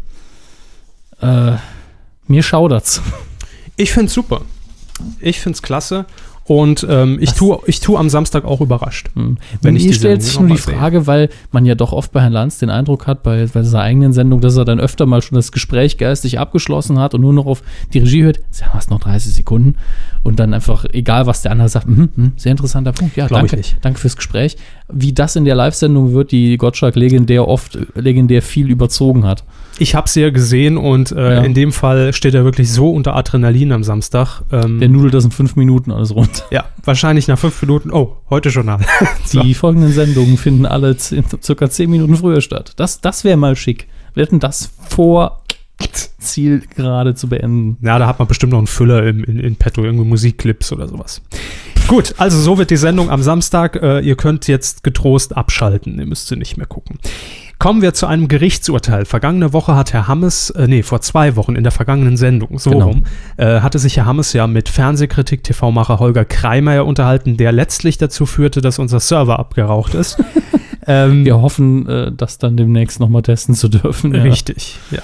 Mir schaudert's. Ich find's super. Ich find's klasse. Und ich tue am Samstag auch überrascht. Wenn ich stellt sich nur die Frage, weil man ja doch oft bei Herrn Lanz den Eindruck hat, bei seiner eigenen Sendung, dass er dann öfter mal schon das Gespräch geistig abgeschlossen hat und nur noch auf die Regie hört, ja, hast noch 30 Sekunden und dann einfach, egal was der andere sagt, sehr interessanter Punkt, ja, danke fürs Gespräch. Wie das in der Live-Sendung wird, die Gottschalk legendär viel überzogen hat. Ich habe es ja gesehen und in dem Fall steht er wirklich so unter Adrenalin am Samstag. Der nudelt das in 5 Minuten alles rund. Ja, wahrscheinlich nach 5 Minuten. Oh, heute Journal. Die folgenden Sendungen finden alle circa 10 Minuten früher statt. Das wäre mal schick. Wir hätten das vor Ziel gerade zu beenden. Ja, da hat man bestimmt noch einen Füller in petto, irgendwie Musikclips oder sowas. Gut, also so wird die Sendung am Samstag. Ihr könnt jetzt getrost abschalten. Ihr müsst sie nicht mehr gucken. Kommen wir zu einem Gerichtsurteil. Vergangene Woche hat Herr Hammes, vor 2 Wochen in der vergangenen Sendung, hatte sich Herr Hammes ja mit Fernsehkritik TV-Macher Holger Kreimeier unterhalten, der letztlich dazu führte, dass unser Server abgeraucht ist. Wir hoffen, das dann demnächst nochmal testen zu dürfen. Richtig, ja.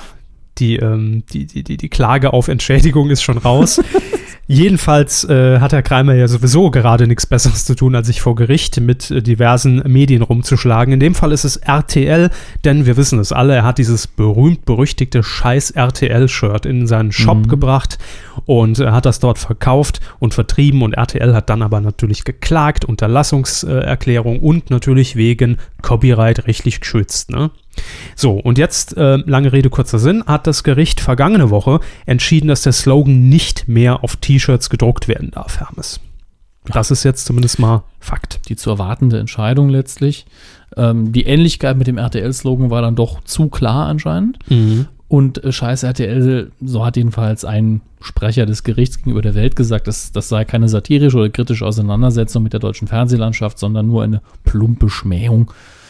Die Klage auf Entschädigung ist schon raus. Jedenfalls hat Herr Kreimeier ja sowieso gerade nichts Besseres zu tun, als sich vor Gericht mit diversen Medien rumzuschlagen. In dem Fall ist es RTL, denn wir wissen es alle, er hat dieses berühmt-berüchtigte Scheiß-RTL-Shirt in seinen Shop gebracht und hat das dort verkauft und vertrieben und RTL hat dann aber natürlich geklagt, Unterlassungserklärung und natürlich wegen Copyright rechtlich geschützt, ne? So, und jetzt, lange Rede, kurzer Sinn, hat das Gericht vergangene Woche entschieden, dass der Slogan nicht mehr auf T-Shirts gedruckt werden darf, Hermes. Das ist jetzt zumindest mal Fakt. Die zu erwartende Entscheidung letztlich. Die Ähnlichkeit mit dem RTL-Slogan war dann doch zu klar anscheinend. Und Scheiß RTL, so hat jedenfalls ein Sprecher des Gerichts gegenüber der Welt gesagt, das sei keine satirische oder kritische Auseinandersetzung mit der deutschen Fernsehlandschaft, sondern nur eine plumpe Schmähung.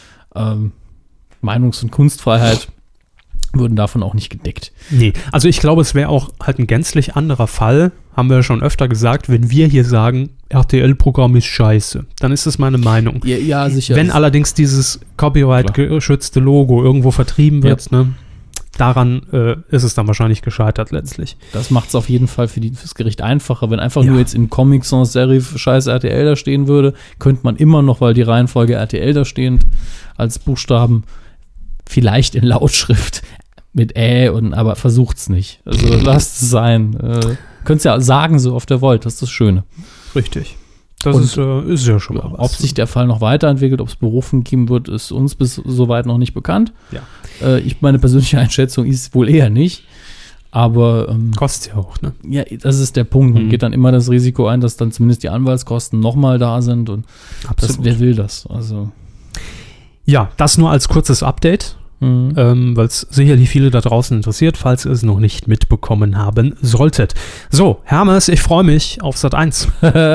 Meinungs- und Kunstfreiheit würden davon auch nicht gedeckt. Nee, also ich glaube, es wäre auch halt ein gänzlich anderer Fall, haben wir ja schon öfter gesagt, wenn wir hier sagen, RTL-Programm ist scheiße, dann ist das meine Meinung. Ja, sicher. Wenn allerdings dieses Copyright-geschützte Logo irgendwo vertrieben wird, ne, daran ist es dann wahrscheinlich gescheitert letztlich. Das macht es auf jeden Fall fürs Gericht einfacher. Wenn einfach nur jetzt in Comic Sans Serif scheiß RTL da stehen würde, könnte man immer noch, weil die Reihenfolge RTL da stehend als Buchstaben vielleicht in Lautschrift mit aber versucht's nicht. Also lasst es sein. Könnt's ja sagen, so oft ihr wollt. Das ist das Schöne. Richtig. Das ist ja schon mal was. Ob sich der Fall noch weiterentwickelt, ob es Berufen geben wird, ist uns bis soweit noch nicht bekannt. Ja. Meine persönliche Einschätzung ist wohl eher nicht. Aber kostet ja auch, ne? Ja, das ist der Punkt. Man geht dann immer das Risiko ein, dass dann zumindest die Anwaltskosten nochmal da sind. Und wer will das? Also ja, das nur als kurzes Update, weil es sicherlich viele da draußen interessiert, falls ihr es noch nicht mitbekommen haben solltet. So, Hermes, ich freue mich auf Sat.1.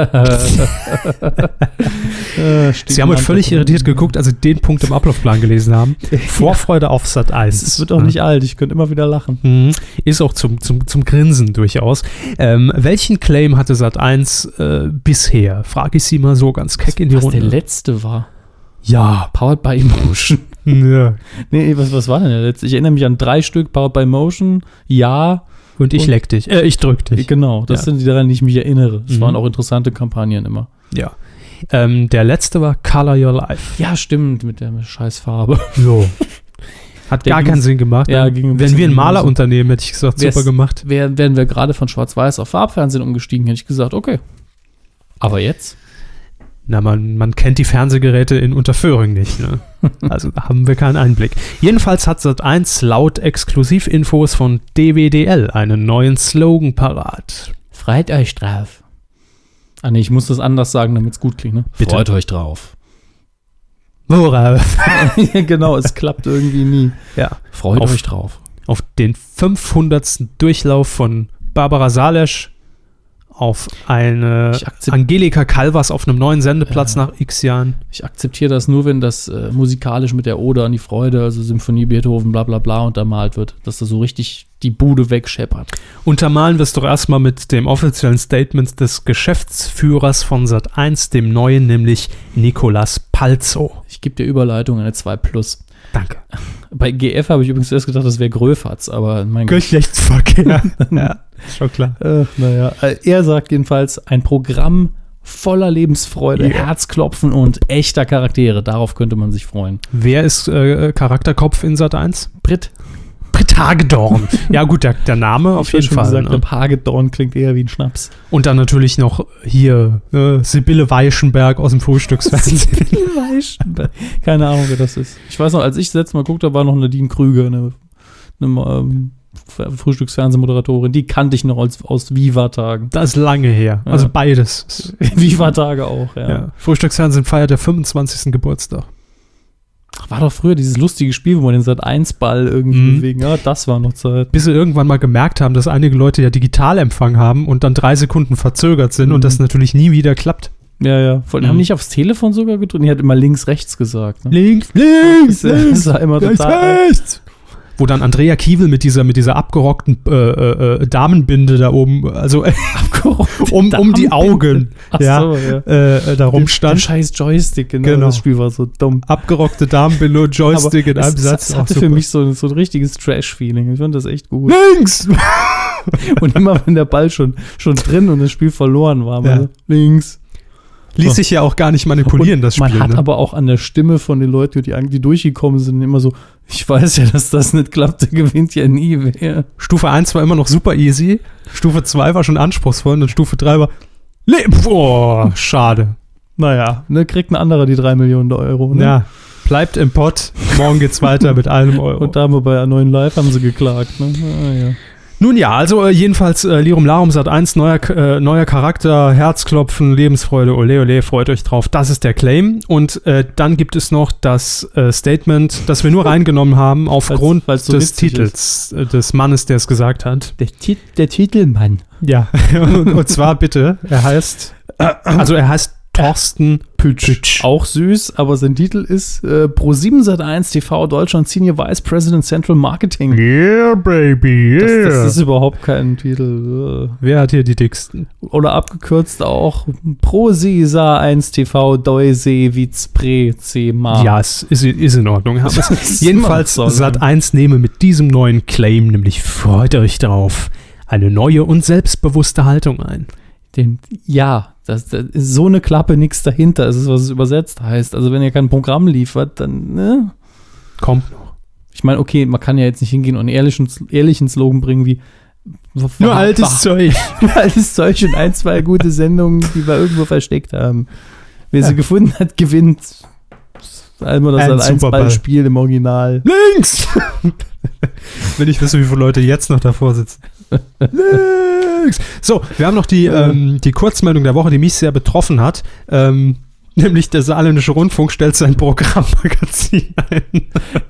Sie haben völlig irritiert geguckt, als Sie den Punkt im Ablaufplan gelesen haben. Vorfreude auf Sat.1. Es wird auch nicht alt, ich könnte immer wieder lachen. Ist auch zum Grinsen durchaus. Welchen Claim hatte Sat.1 bisher? Frage ich Sie mal so ganz keck in die Runde. Was der letzte war. Ja. Powered by Emotion. Ja. Nee, was war denn der letzte? Ich erinnere mich an 3 Stück, Powered by Emotion, ja. Und ich leck dich. Ich drück dich. Genau, das sind die, daran die ich mich erinnere. Das waren auch interessante Kampagnen immer. Ja. Der letzte war Color Your Life. Ja, stimmt, mit der Scheißfarbe. Jo. Hat gar keinen Sinn gemacht. Ja, wenn wir ein Malerunternehmen, hätte ich gesagt, super gemacht. Wären wir gerade von Schwarz-Weiß auf Farbfernsehen umgestiegen, hätte ich gesagt, okay. Aber jetzt? Na, man kennt die Fernsehgeräte in Unterföhring nicht, ne? Also da haben wir keinen Einblick. Jedenfalls hat Sat.1 laut Exklusivinfos von DWDL einen neuen Slogan parat. Freut euch drauf. Ah ne, ich muss das anders sagen, damit es gut klingt, ne? Bitte. Freut euch drauf. Worauf? Genau, es klappt irgendwie nie. Ja. Freut euch drauf. Auf den 500. Durchlauf von Barbara Salesch, auf eine Angelika Calvas auf einem neuen Sendeplatz nach x Jahren. Ich akzeptiere das nur, wenn das musikalisch mit der Ode an die Freude, also Symphonie Beethoven, bla bla bla, untermalt wird, dass da so richtig die Bude wegscheppert. Untermalen wir es doch erstmal mit dem offiziellen Statement des Geschäftsführers von Sat.1, dem neuen, nämlich Nicolas Palzo. Ich gebe dir Überleitung eine 2+. Danke. Bei GF habe ich übrigens erst gedacht, das wäre Gröfatz, aber mein Geschlechtsverkehr. Ja, schon klar. Naja, er sagt jedenfalls, ein Programm voller Lebensfreude, Herzklopfen und echter Charaktere. Darauf könnte man sich freuen. Wer ist Charakterkopf in Sat.1? Britt Hagedorn. Ja gut, der Name auf jeden Fall. Gesagt, ne? Hagedorn klingt eher wie ein Schnaps. Und dann natürlich noch hier Sibylle Weichenberg aus dem Frühstücksfernsehen. Sibylle Weichenberg. Keine Ahnung, wer das ist. Ich weiß noch, als ich das letzte Mal geguckt habe, war noch Nadine Krüger, eine Frühstücksfernsehmoderatorin. Die kannte ich noch aus Viva-Tagen. Das ist lange her. Ja. Also beides. Viva-Tage auch, ja. Frühstücksfernsehen feiert der 25. Geburtstag. War doch früher dieses lustige Spiel, wo man den Sat.1-Ball irgendwie bewegen. Ja, das war noch Zeit. Bis sie irgendwann mal gemerkt haben, dass einige Leute ja Digitalempfang haben und dann 3 Sekunden verzögert sind und das natürlich nie wieder klappt. Ja. Vor allem haben nicht aufs Telefon sogar gedrückt. Die hat immer links, rechts gesagt. Ne? Links. Das war immer total. Rechts. Wo dann Andrea Kiewel mit dieser abgerockten Damenbinde da oben, also um die Augen, da rumstand. Der scheiß Joystick, genau. Das Spiel war so dumm. Abgerockte Damenbinde und Joystick in einem Satz. Das hatte für mich so ein richtiges Trash-Feeling. Ich fand das echt gut. Links! Und immer, wenn der Ball schon drin und das Spiel verloren war, links. Ließ sich ja auch gar nicht manipulieren, das Spiel. Man hat aber auch an der Stimme von den Leuten, die durchgekommen sind, immer so, ich weiß ja, dass das nicht klappt, der gewinnt ja nie mehr. Stufe 1 war immer noch super easy, Stufe 2 war schon anspruchsvoll und Stufe 3 war, schade. Naja, kriegt ein anderer die 3 Millionen Euro. Ne? Ja, bleibt im Pott, morgen geht's weiter mit einem Euro. Und da haben wir bei A9 Live haben sie geklagt. Ne? Ja. Nun ja, also jedenfalls Lirum Larum Sat.1, neuer Charakter, Herzklopfen, Lebensfreude, ole ole, freut euch drauf. Das ist der Claim. Und dann gibt es noch das Statement, das wir nur reingenommen haben aufgrund des Titels des Mannes, der es gesagt hat. Der Titelmann. Ja, und zwar bitte, er heißt Thorsten Pütsch. Auch süß, aber sein Titel ist Pro7 Sat.1 TV Deutschland Senior Vice President Central Marketing. Yeah, baby, yeah. Das ist überhaupt kein Titel. Wer hat hier die dicksten? Oder abgekürzt auch Pro7 Sat.1 TV Deuse Vizpre C-Ma. Ja, es ist in Ordnung. Jedenfalls Sat.1 nehme mit diesem neuen Claim, nämlich freut euch drauf, eine neue und selbstbewusste Haltung ein. Das ist so eine Klappe, nichts dahinter. Das ist, was es übersetzt heißt. Also wenn ihr kein Programm liefert, dann, ne? Kommt noch. Ich meine, okay, man kann ja jetzt nicht hingehen und einen ehrlichen Slogan bringen wie nur altes Zeug. Nur altes Zeug und 1, 2 gute Sendungen, die wir irgendwo versteckt haben. Wer sie gefunden hat, gewinnt. Einmal das Sat.1-Ball-Spiel im Original. Links! Will ich wissen, wie viele Leute jetzt noch davor sitzen. Links! So, wir haben noch die Kurzmeldung der Woche, die mich sehr betroffen hat. Nämlich der Saarländische Rundfunk stellt sein Programmmagazin ein.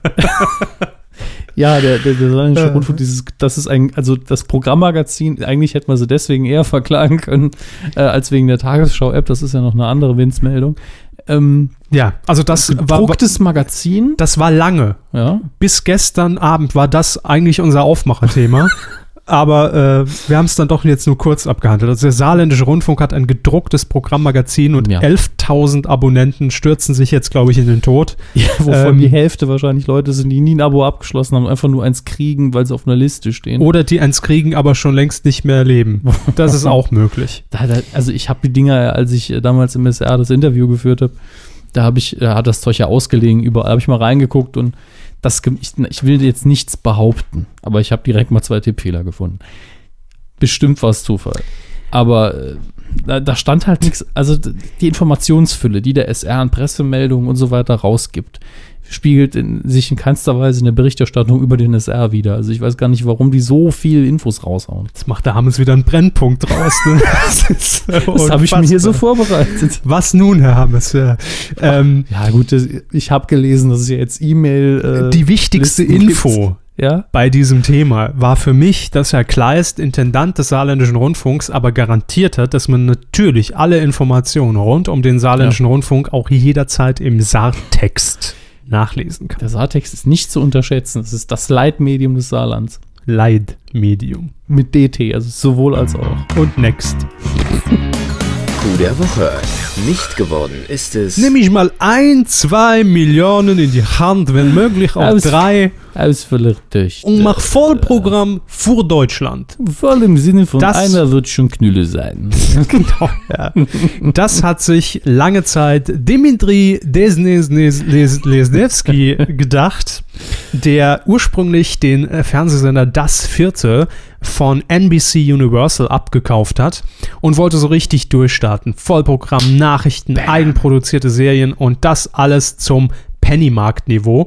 Ja, der Saarländische Rundfunk, das ist das Programmmagazin, eigentlich hätte man sie deswegen eher verklagen können, als wegen der Tagesschau-App. Das ist ja noch eine andere Winzmeldung. Ja, also das war gedrucktes Magazin. Das war lange. Ja. Bis gestern Abend war das eigentlich unser Aufmacherthema. Aber wir haben es dann doch jetzt nur kurz abgehandelt. Also der Saarländische Rundfunk hat ein gedrucktes Programmmagazin und 11.000 Abonnenten stürzen sich jetzt, glaube ich, in den Tod. Ja, wovon die Hälfte wahrscheinlich Leute sind, die nie ein Abo abgeschlossen haben, einfach nur eins kriegen, weil sie auf einer Liste stehen. Oder die eins kriegen, aber schon längst nicht mehr leben. Das ist auch möglich. Also ich habe die Dinger, als ich damals im SR das Interview geführt habe, da hat das Zeug ja ausgelegen, überall habe ich mal reingeguckt und ich will jetzt nichts behaupten, aber ich habe direkt mal 2 Tippfehler gefunden. Bestimmt war es Zufall. Aber da stand halt nichts, also die Informationsfülle, die der SR an Pressemeldungen und so weiter rausgibt, spiegelt sich in keinster Weise in der Berichterstattung über den SR wieder. Also ich weiß gar nicht, warum die so viel Infos raushauen. Jetzt macht der Hammes wieder einen Brennpunkt raus. Ne? Das habe ich mir hier so vorbereitet. Was nun, Herr Hammes? Ja, gut, ich habe gelesen, dass es ja jetzt E-Mail die wichtigste Info bei diesem Thema war für mich, dass Herr Kleist, Intendant des Saarländischen Rundfunks, aber garantiert hat, dass man natürlich alle Informationen rund um den Saarländischen Rundfunk auch jederzeit im Saartext nachlesen kann. Der Saartext ist nicht zu unterschätzen. Das ist das Leitmedium des Saarlands. Leitmedium. Mit DT, also sowohl als auch. Und next. Coup der Woche. Nicht geworden ist es. Nimm ich mal 1, 2 Millionen in die Hand, wenn möglich auch 3. Ausfüller Töchter. Und mach Vollprogramm für Deutschland. Voll im Sinne von einer wird schon Knülle sein. Genau, ja. Das hat sich lange Zeit Dimitri Desnevsky gedacht, der ursprünglich den Fernsehsender Das Vierte von NBC Universal abgekauft hat und wollte so richtig durchstarten. Vollprogramm, Nachrichten, eigenproduzierte Serien und das alles zum Pennymarkt-Niveau.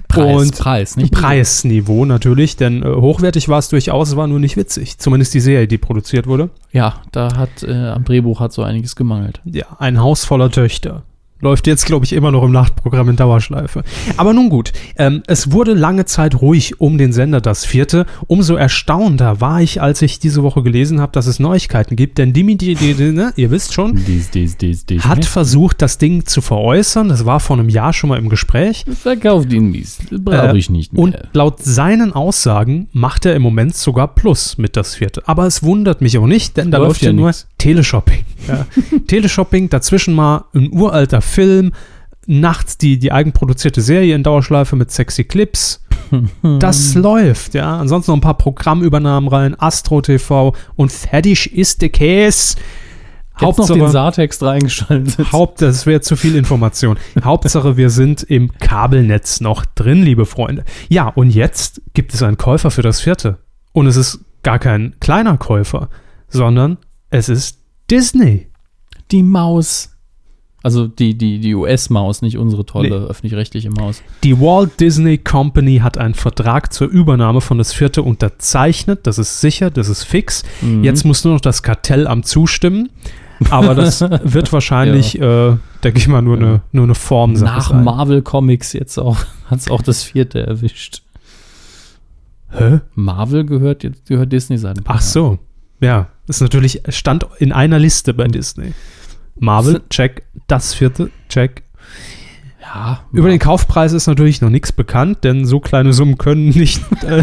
Preisniveau natürlich, denn hochwertig war es durchaus, es war nur nicht witzig. Zumindest die Serie, die produziert wurde. Ja, am Drehbuch hat so einiges gemangelt. Ja, ein Haus voller Töchter. Läuft jetzt, glaube ich, immer noch im Nachtprogramm in Dauerschleife. Aber nun gut, es wurde lange Zeit ruhig um den Sender Das Vierte. Umso erstaunter war ich, als ich diese Woche gelesen habe, dass es Neuigkeiten gibt. Denn Dimitri, ihr wisst schon, hat versucht, das Ding zu veräußern. Das war vor einem Jahr schon mal im Gespräch. Verkauft ihn nicht, brauche ich nicht mehr. Und laut seinen Aussagen macht er im Moment sogar Plus mit Das Vierte. Aber es wundert mich auch nicht, denn da läuft ja nur Teleshopping. Ja. Teleshopping, dazwischen mal ein uralter Film, nachts die eigenproduzierte Serie in Dauerschleife mit sexy Clips. Das läuft, ja. Ansonsten noch ein paar Programmübernahmen rein, Astro TV und fertig ist der Käse. Hauptsache noch den Saartext reingeschaltet. Das wäre zu viel Information. Hauptsache, wir sind im Kabelnetz noch drin, liebe Freunde. Ja, und jetzt gibt es einen Käufer für Das Vierte. Und es ist gar kein kleiner Käufer, sondern es ist Disney. Die Maus. Also die US-Maus, nicht unsere tolle öffentlich-rechtliche Maus. Die Walt Disney Company hat einen Vertrag zur Übernahme von Das Vierte unterzeichnet. Das ist sicher, das ist fix. Jetzt muss nur noch das Kartellamt zustimmen. Aber das wird wahrscheinlich, denke ich mal, nur eine Formsache nach sein. Marvel Comics jetzt auch, hat es auch Das Vierte erwischt. Hä? Marvel gehört Disney seit ein paar Ach so, ja. Das ist natürlich, stand in einer Liste bei Disney. Marvel, check. Das Vierte, check. Ja. Über den Kaufpreis ist natürlich noch nichts bekannt, denn so kleine Summen können nicht,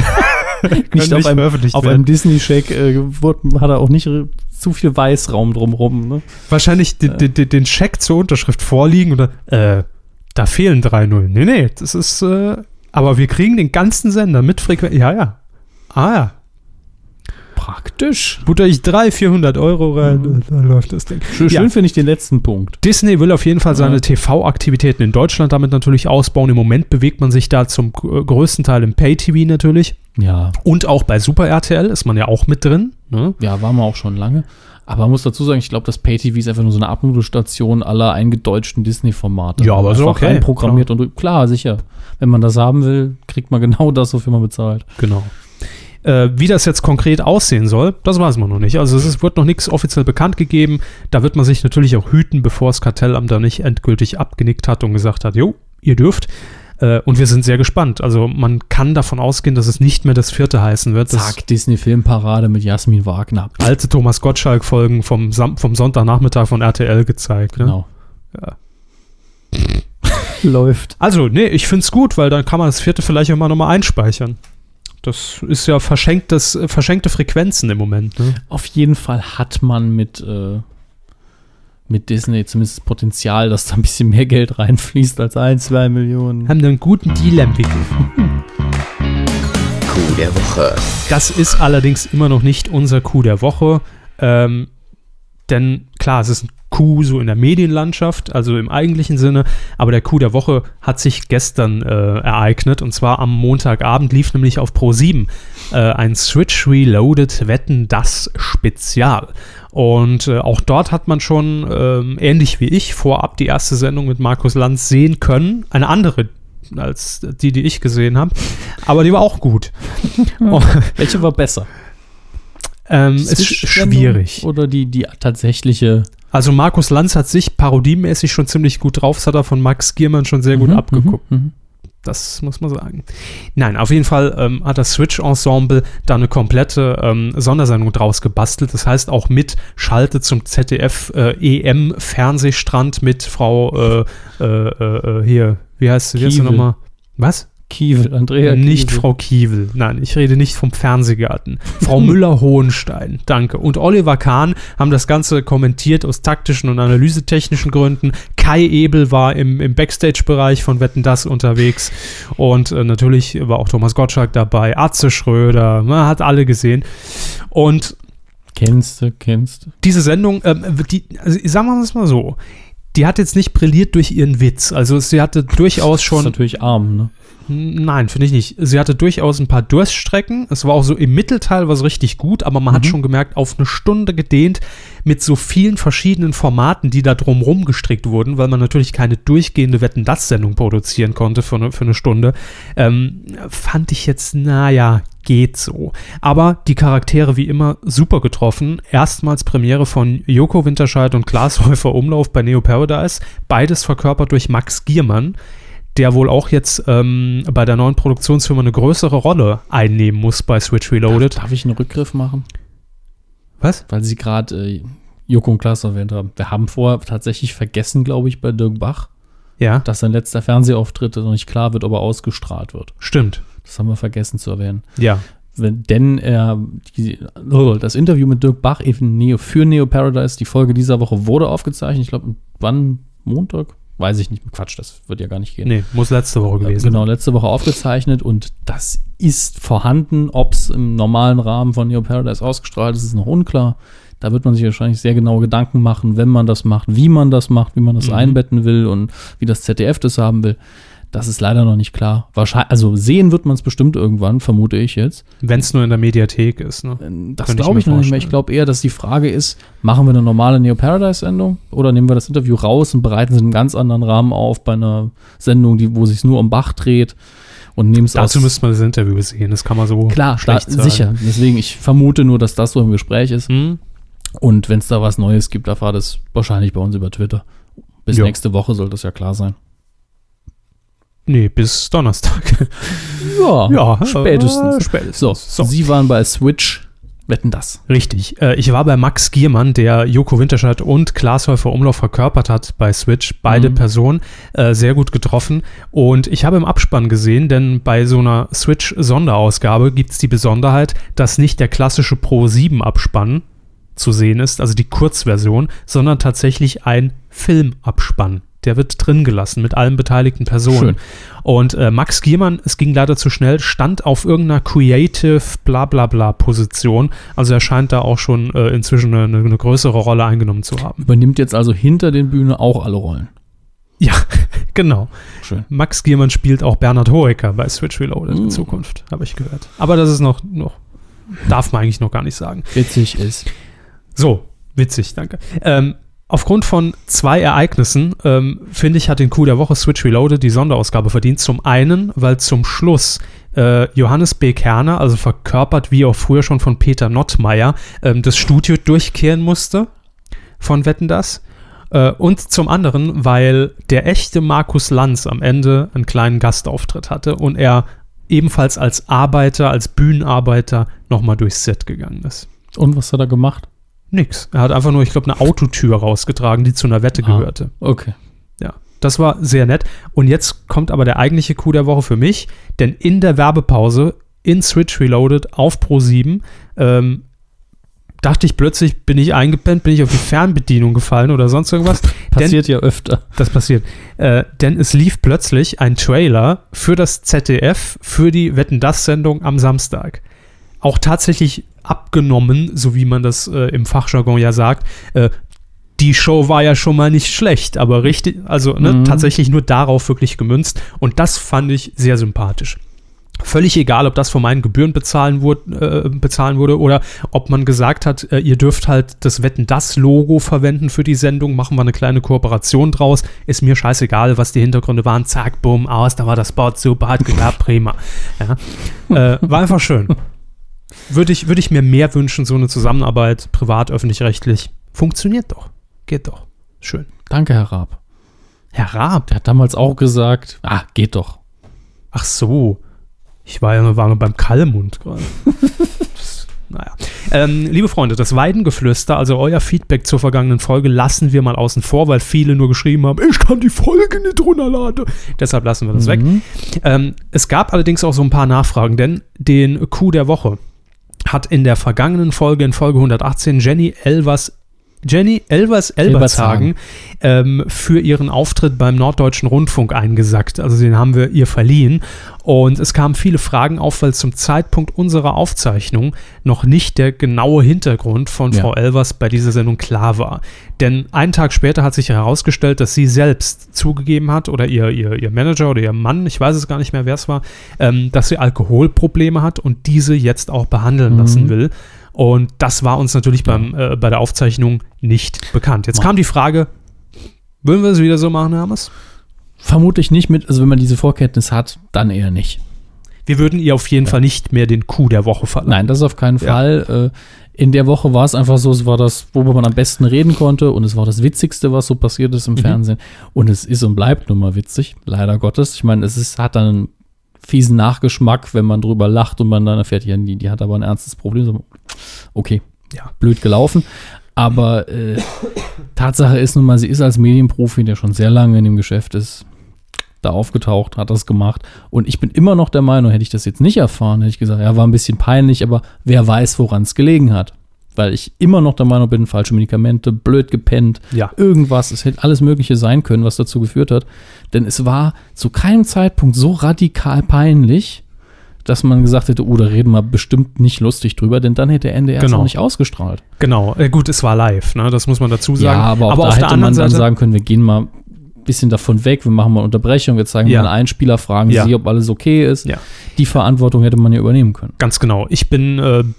auf einem Disney-Shake hat er auch nicht zu viel Weißraum drumherum. Ne? Wahrscheinlich den Scheck zur Unterschrift vorliegen oder da fehlen 3-0. Nee, das ist, aber wir kriegen den ganzen Sender mit Frequenz. Ja. Ah ja. Praktisch. Butter ich 300-400 Euro rein, dann läuft das Ding. Schön finde ich den letzten Punkt. Disney will auf jeden Fall seine TV-Aktivitäten in Deutschland damit natürlich ausbauen. Im Moment bewegt man sich da zum größten Teil im Pay-TV natürlich. Ja. Und auch bei Super RTL ist man ja auch mit drin. Ne? Ja, waren wir auch schon lange. Aber man muss dazu sagen, ich glaube, das Pay-TV ist einfach nur so eine Abnudelstation aller eingedeutschten Disney-Formate. Ja, aber so okay. Einprogrammiert und klar, sicher. Wenn man das haben will, kriegt man genau das, wofür man bezahlt. Genau. Wie das jetzt konkret aussehen soll, das weiß man noch nicht. Also es wird noch nichts offiziell bekannt gegeben. Da wird man sich natürlich auch hüten, bevor das Kartellamt da nicht endgültig abgenickt hat und gesagt hat, jo, ihr dürft. Und wir sind sehr gespannt. Also man kann davon ausgehen, dass es nicht mehr Das Vierte heißen wird. Zack, Disney-Filmparade mit Jasmin Wagner. Alte Thomas Gottschalk-Folgen vom Sonntagnachmittag von RTL gezeigt. Ne? Genau. Ja. Läuft. Also, nee, ich finde es gut, weil dann kann man Das Vierte vielleicht auch mal nochmal einspeichern. Das ist ja verschenkte Frequenzen im Moment. Ne? Auf jeden Fall hat man mit Disney zumindest das Potenzial, dass da ein bisschen mehr Geld reinfließt als 1-2 Millionen. Haben da einen guten Deal entwickelt. Coup der Woche. Das ist allerdings immer noch nicht unser Coup der Woche. Denn klar, es ist ein Coup so in der Medienlandschaft, also im eigentlichen Sinne, aber der Coup der Woche hat sich gestern ereignet und zwar am Montagabend lief nämlich auf Pro7 ein Switch Reloaded Wetten, das Spezial. Und auch dort hat man schon, ähnlich wie ich, vorab die erste Sendung mit Markus Lanz sehen können. Eine andere als die ich gesehen habe, aber die war auch gut. Welche war besser? Ist schwierig. Oder die tatsächliche? Also Markus Lanz hat sich parodiemäßig schon ziemlich gut drauf, das hat er von Max Giermann schon sehr gut abgeguckt. Das muss man sagen. Nein, auf jeden Fall hat das Switch-Ensemble da eine komplette Sondersendung draus gebastelt. Das heißt auch mit Schalte zum ZDF-EM-Fernsehstrand mit Frau hier, wie heißt sie nochmal? Was? Kiewel, Andrea Nicht Kiewel. Frau Kiewel. Nein, ich rede nicht vom Fernsehgarten. Frau Müller-Hohenstein, danke. Und Oliver Kahn haben das Ganze kommentiert aus taktischen und analysetechnischen Gründen. Kai Ebel war im Backstage-Bereich von Wetten, dass unterwegs. Und natürlich war auch Thomas Gottschalk dabei, Atze Schröder, man hat alle gesehen. Und Kennst du. diese Sendung, also sagen wir es mal so, die hat jetzt nicht brilliert durch ihren Witz. Also sie hatte durchaus schon... Das ist natürlich arm, ne? Nein, finde ich nicht. Sie hatte durchaus ein paar Durststrecken. Es war auch so im Mittelteil was richtig gut, aber man hat schon gemerkt, auf eine Stunde gedehnt mit so vielen verschiedenen Formaten, die da drumrum gestrickt wurden, weil man natürlich keine durchgehende Wetten-dass-Sendung produzieren konnte für eine Stunde. Fand ich jetzt, geht so. Aber die Charaktere wie immer super getroffen. Erstmals Premiere von Joko Winterscheid und Klaas Häufer Umlauf bei Neo Paradise. Beides verkörpert durch Max Giermann, der wohl auch jetzt bei der neuen Produktionsfirma eine größere Rolle einnehmen muss bei Switch Reloaded. Darf ich einen Rückgriff machen? Was? Weil Sie gerade Joko und Klaas erwähnt haben. Wir haben vorher tatsächlich vergessen, glaube ich, bei Dirk Bach, dass sein letzter Fernsehauftritt noch nicht klar wird, ob er ausgestrahlt wird. Stimmt. Das haben wir vergessen zu erwähnen. Ja. Denn das Interview mit Dirk Bach für Neo Paradise, die Folge dieser Woche wurde aufgezeichnet. Ich glaube, wann? Montag? Weiß ich nicht. Quatsch, das wird ja gar nicht gehen. Nee, muss letzte Woche gewesen sein. Genau, letzte Woche aufgezeichnet und das ist vorhanden. Ob es im normalen Rahmen von Neo Paradise ausgestrahlt ist, ist noch unklar. Da wird man sich wahrscheinlich sehr genaue Gedanken machen, wenn man das macht, wie man das einbetten will und wie das ZDF das haben will. Das ist leider noch nicht klar. Wahrscheinlich, also sehen wird man es bestimmt irgendwann, vermute ich jetzt. Wenn es nur in der Mediathek ist, ne? Das glaube ich noch nicht mehr. Ich glaube eher, dass die Frage ist, machen wir eine normale Neo Paradise-Sendung oder nehmen wir das Interview raus und bereiten es in einem ganz anderen Rahmen auf bei einer Sendung, wo sich nur um Bach dreht und nehmen es aus. Dazu müsste man das Interview sehen, das kann man so schlecht sagen. Sicher. Deswegen, ich vermute nur, dass das so im Gespräch ist. Und wenn es da was Neues gibt, erfahrt es wahrscheinlich bei uns über Twitter. Bis nächste Woche soll das ja klar sein. Nee, bis Donnerstag. Ja, spätestens. So, Sie waren bei Switch, Wetten, dass. Richtig. Ich war bei Max Giermann, der Joko Winterscheid und Klaas Häufer Umlauf verkörpert hat bei Switch. Beide Personen sehr gut getroffen. Und ich habe im Abspann gesehen, denn bei so einer Switch-Sonderausgabe gibt es die Besonderheit, dass nicht der klassische Pro7-Abspann zu sehen ist, also die Kurzversion, sondern tatsächlich ein Filmabspann. Der wird drin gelassen mit allen beteiligten Personen. Schön. Und Max Giermann, es ging leider zu schnell, stand auf irgendeiner Creative Blablabla-Position. Also er scheint da auch schon inzwischen eine größere Rolle eingenommen zu haben. Übernimmt jetzt also hinter den Bühnen auch alle Rollen. Ja, genau. Schön. Max Giermann spielt auch Bernhard Hoeker bei Switch Reloaded in Zukunft, habe ich gehört. Aber das ist noch darf man eigentlich noch gar nicht sagen. Witzig ist. So, witzig, danke. Aufgrund von 2 Ereignissen, finde ich, hat den Coup der Woche Switch Reloaded die Sonderausgabe verdient. Zum einen, weil zum Schluss Johannes B. Kerner, also verkörpert wie auch früher schon von Peter Nottmeier, das Studio durchkehren musste von Wetten, dass. Und zum anderen, weil der echte Markus Lanz am Ende einen kleinen Gastauftritt hatte und er ebenfalls als Arbeiter, als Bühnenarbeiter nochmal durchs Set gegangen ist. Und was hat er gemacht? Nix. Er hat einfach nur, ich glaube, eine Autotür rausgetragen, die zu einer Wette gehörte. Okay. Ja, das war sehr nett. Und jetzt kommt aber der eigentliche Coup der Woche für mich, denn in der Werbepause in Switch Reloaded auf Pro7 dachte ich plötzlich, bin ich eingepennt, bin ich auf die Fernbedienung gefallen oder sonst irgendwas. Passiert ja öfter. Das passiert. Denn es lief plötzlich ein Trailer für das ZDF, für die Wetten, dass Sendung am Samstag. Auch tatsächlich abgenommen, so wie man das im Fachjargon sagt. Die Show war ja schon mal nicht schlecht, aber richtig, also tatsächlich nur darauf wirklich gemünzt. Und das fand ich sehr sympathisch. Völlig egal, ob das von meinen Gebühren bezahlen wurde oder ob man gesagt hat, ihr dürft halt das Wetten, dass Logo verwenden für die Sendung, machen wir eine kleine Kooperation draus, ist mir scheißegal, was die Hintergründe waren, zack, bumm, aus, da war das Spot, super, hat geklappt, prima. Ja. War einfach schön. Würde ich mir mehr wünschen, so eine Zusammenarbeit, privat, öffentlich-rechtlich. Funktioniert doch. Geht doch. Schön. Danke, Herr Raab. Herr Raab? Der hat damals auch gesagt, geht doch. Ach so. Ich war nur beim Kallmund gerade. naja. Liebe Freunde, das Weidengeflüster, also euer Feedback zur vergangenen Folge, lassen wir mal außen vor, weil viele nur geschrieben haben, ich kann die Folge nicht runterladen. Deshalb lassen wir das weg. Es gab allerdings auch so ein paar Nachfragen, denn den Coup der Woche hat in der vergangenen Folge, in Folge 118, Jenny Elvershagen für ihren Auftritt beim Norddeutschen Rundfunk eingesackt. Also den haben wir ihr verliehen. Und es kamen viele Fragen auf, weil zum Zeitpunkt unserer Aufzeichnung noch nicht der genaue Hintergrund von Frau Elvers bei dieser Sendung klar war. Denn einen Tag später hat sich herausgestellt, dass sie selbst zugegeben hat, oder ihr Manager oder ihr Mann, ich weiß es gar nicht mehr, wer es war, dass sie Alkoholprobleme hat und diese jetzt auch behandeln lassen will. Und das war uns natürlich bei der Aufzeichnung nicht bekannt. Jetzt kam die Frage, würden wir es wieder so machen, Hermes? Vermutlich nicht also wenn man diese Vorkenntnis hat, dann eher nicht. Wir würden ihr auf jeden Fall nicht mehr den Coup der Woche verleihen. Nein, das auf keinen Fall. In der Woche war es einfach so, es war das, worüber man am besten reden konnte und es war das Witzigste, was so passiert ist im Fernsehen. Und es ist und bleibt nun mal witzig, leider Gottes. Ich meine, hat dann einen fiesen Nachgeschmack, wenn man drüber lacht und man dann erfährt, ja, die hat aber ein ernstes Problem. So, okay, blöd gelaufen. Aber Tatsache ist nun mal, sie ist als Medienprofi, der schon sehr lange in dem Geschäft ist, da aufgetaucht, hat das gemacht. Und ich bin immer noch der Meinung, hätte ich das jetzt nicht erfahren, hätte ich gesagt, ja, war ein bisschen peinlich, aber wer weiß, woran es gelegen hat. Weil ich immer noch der Meinung bin, falsche Medikamente, blöd gepennt, irgendwas, es hätte alles Mögliche sein können, was dazu geführt hat. Denn es war zu keinem Zeitpunkt so radikal peinlich, dass man gesagt hätte, da reden wir bestimmt nicht lustig drüber, denn dann hätte NDR es auch nicht ausgestrahlt. Genau, gut, es war live, ne? Das muss man dazu sagen. Ja, aber da hätte man dann sagen können, wir gehen mal ein bisschen davon weg, wir machen mal eine Unterbrechung, wir zeigen mal einen Einspieler, fragen sie, ob alles okay ist. Ja. Die Verantwortung hätte man ja übernehmen können. Ganz genau. Ich bin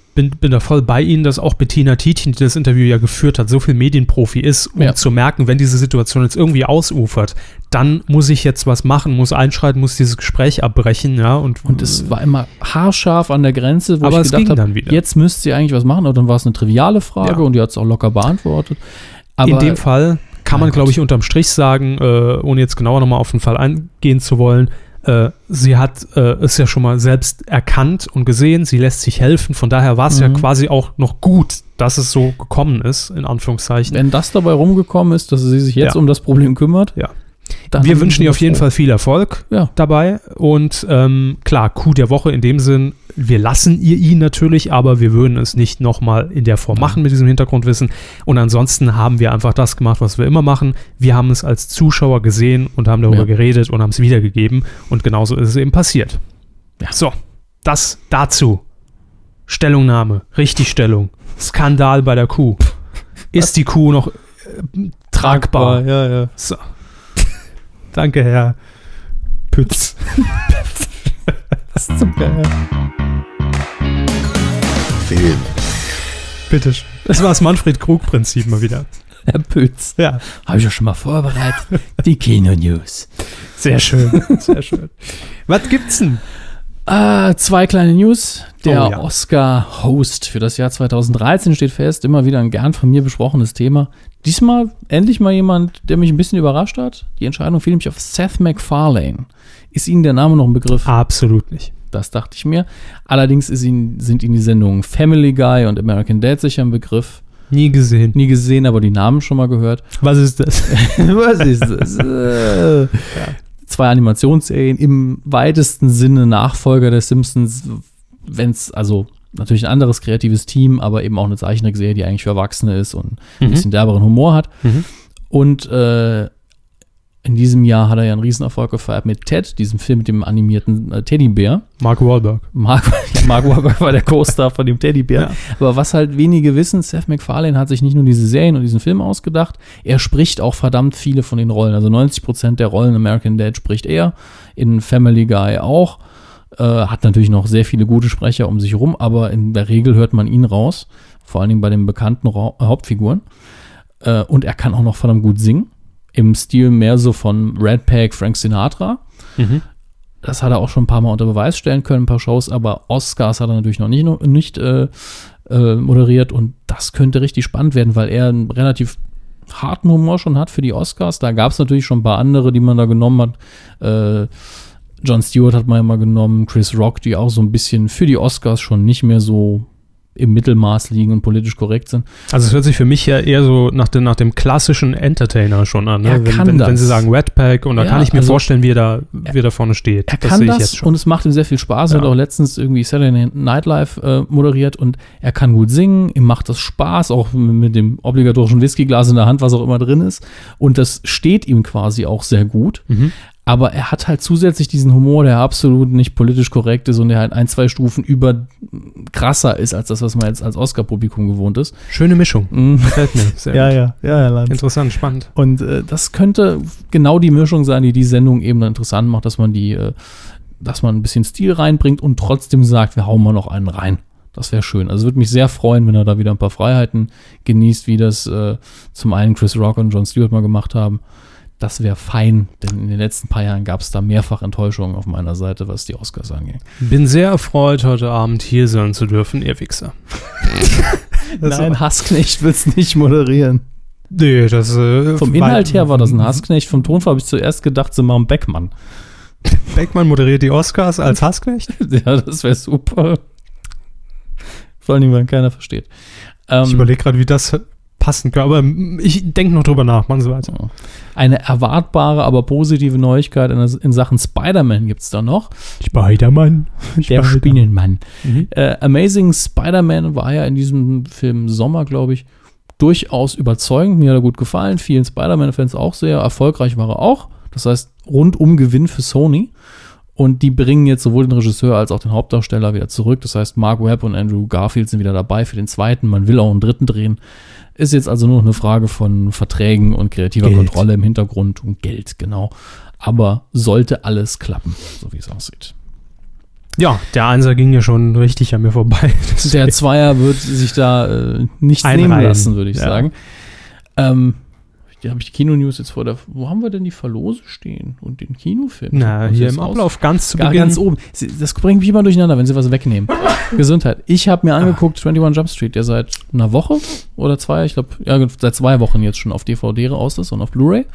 da voll bei Ihnen, dass auch Bettina Tietjen, die das Interview ja geführt hat, so viel Medienprofi ist, um zu merken, wenn diese Situation jetzt irgendwie ausufert, dann muss ich jetzt was machen, muss einschreiten, muss dieses Gespräch abbrechen. Ja, und es war immer haarscharf an der Grenze, wo aber ich gedacht habe, jetzt müsste sie eigentlich was machen, aber dann war es eine triviale Frage und die hat es auch locker beantwortet. Aber in dem Fall kann man, glaube ich, unterm Strich sagen, ohne jetzt genauer nochmal auf den Fall eingehen zu wollen, sie hat es ja schon mal selbst erkannt und gesehen, sie lässt sich helfen, von daher war es ja quasi auch noch gut, dass es so gekommen ist, in Anführungszeichen. Wenn das dabei rumgekommen ist, dass sie sich jetzt um das Problem kümmert, dann wir wünschen ihr auf jeden Fall viel Erfolg dabei und klar, Coup der Woche in dem Sinn, wir lassen ihr ihn natürlich, aber wir würden es nicht nochmal in der Form machen mit diesem Hintergrundwissen und ansonsten haben wir einfach das gemacht, was wir immer machen. Wir haben es als Zuschauer gesehen und haben darüber geredet und haben es wiedergegeben und genauso ist es eben passiert. Ja. So, das dazu. Stellungnahme, Richtigstellung, Skandal bei der Coup. Ist die Coup noch tragbar? Ja. So. Danke, Herr Pütz. Das ist so geil. Film. Bitte schön. Das war das Manfred-Krug-Prinzip mal wieder. Herr Pütz. Ja. Habe ich ja schon mal vorbereitet. Die Kino-News. Sehr schön, sehr schön. Was gibt's denn? 2 kleine News. Der Oscar-Host für das Jahr 2013 steht fest. Immer wieder ein gern von mir besprochenes Thema. Diesmal endlich mal jemand, der mich ein bisschen überrascht hat. Die Entscheidung fiel nämlich auf Seth MacFarlane. Ist Ihnen der Name noch ein Begriff? Absolut nicht. Das dachte ich mir. Allerdings sind Ihnen die Sendungen Family Guy und American Dad sicher ein Begriff. Nie gesehen, aber die Namen schon mal gehört. Was ist das? Was ist das? 2 Animationsserien, im weitesten Sinne Nachfolger der Simpsons, wenn es, also natürlich ein anderes kreatives Team, aber eben auch eine Zeichentrickserie, die eigentlich für Erwachsene ist und ein bisschen derberen Humor hat. Und in diesem Jahr hat er ja einen Riesenerfolg gefeiert mit Ted, diesem Film mit dem animierten Teddybär. Mark Wahlberg. Mark Wahlberg war der Co-Star von dem Teddybär. Ja. Aber was halt wenige wissen, Seth MacFarlane hat sich nicht nur diese Serien und diesen Film ausgedacht, er spricht auch verdammt viele von den Rollen. Also 90% der Rollen American Dad spricht er, in Family Guy auch. Hat natürlich noch sehr viele gute Sprecher um sich herum, aber in der Regel hört man ihn raus, vor allen Dingen bei den bekannten Hauptfiguren. Und er kann auch noch verdammt gut singen. Im Stil mehr so von Rat Pack, Frank Sinatra. Das hat er auch schon ein paar Mal unter Beweis stellen können, ein paar Shows, aber Oscars hat er natürlich noch nicht moderiert und das könnte richtig spannend werden, weil er einen relativ harten Humor schon hat für die Oscars. Da gab es natürlich schon ein paar andere, die man da genommen hat. Jon Stewart hat man ja mal genommen, Chris Rock, die auch so ein bisschen für die Oscars schon nicht mehr so im Mittelmaß liegen und politisch korrekt sind. Also es hört sich für mich ja eher so nach dem klassischen Entertainer schon an. Ne? Wenn Sie sagen Red Pack, und da kann ich mir vorstellen, wie er da vorne steht. Er kann das und es macht ihm sehr viel Spaß. Er hat auch letztens irgendwie Saturday Night Live moderiert und er kann gut singen, ihm macht das Spaß, auch mit dem obligatorischen Whiskyglas in der Hand, was auch immer drin ist. Und das steht ihm quasi auch sehr gut. Mhm. Aber er hat halt zusätzlich diesen Humor, der absolut nicht politisch korrekt ist und der halt 1-2 Stufen über krasser ist, als das, was man jetzt als Oscar-Publikum gewohnt ist. Schöne Mischung. Gefällt mir. Sehr gut. Ja, interessant, spannend. Und das könnte genau die Mischung sein, die die Sendung eben interessant macht, dass man ein bisschen Stil reinbringt und trotzdem sagt, wir hauen mal noch einen rein. Das wäre schön. Also würde mich sehr freuen, wenn er da wieder ein paar Freiheiten genießt, wie das zum einen Chris Rock und Jon Stewart mal gemacht haben. Das wäre fein, denn in den letzten paar Jahren gab es da mehrfach Enttäuschungen auf meiner Seite, was die Oscars angeht. Bin sehr erfreut, heute Abend hier sein zu dürfen, ihr Wichser. Nein, Hassknecht will es nicht moderieren. Nee, das vom Inhalt her war das ein Hassknecht. Vom Tonfall habe ich zuerst gedacht, sie machen Beckmann. Beckmann moderiert die Oscars als Hassknecht? Ja, das wäre super. Vor allem, weil keiner versteht. Ich überlege gerade, wie das passen kann, aber ich denke noch drüber nach. Machen Sie weiter. Eine erwartbare, aber positive Neuigkeit in Sachen Spider-Man gibt es da noch. Spider-Man. Der Spinnenmann. Amazing Spider-Man war ja in diesem Film Sommer, glaube ich, durchaus überzeugend. Mir hat er gut gefallen. Vielen Spider-Man-Fans auch sehr. Erfolgreich war er auch. Das heißt, rundum Gewinn für Sony. Und die bringen jetzt sowohl den Regisseur als auch den Hauptdarsteller wieder zurück. Das heißt, Mark Webb und Andrew Garfield sind wieder dabei für den zweiten. Man will auch einen dritten drehen. Ist jetzt also nur noch eine Frage von Verträgen und kreativer Kontrolle im Hintergrund und Geld, genau. Aber sollte alles klappen, so wie es aussieht. Ja, der Einser ging ja schon richtig an mir vorbei. Der Zweier wird sich da nichts nehmen lassen, würde ich sagen. Habe ich die Kino-News jetzt wo haben wir denn die Verlose stehen und den Kinofilm? Na, hier im Ablauf ganz zu Beginn. Ganz oben. Das bringt mich immer durcheinander, wenn sie was wegnehmen. Gesundheit. Ich habe mir angeguckt 21 Jump Street, der seit einer Woche oder 2, ich glaube, seit 2 Wochen jetzt schon auf DVD raus ist und auf Blu-ray.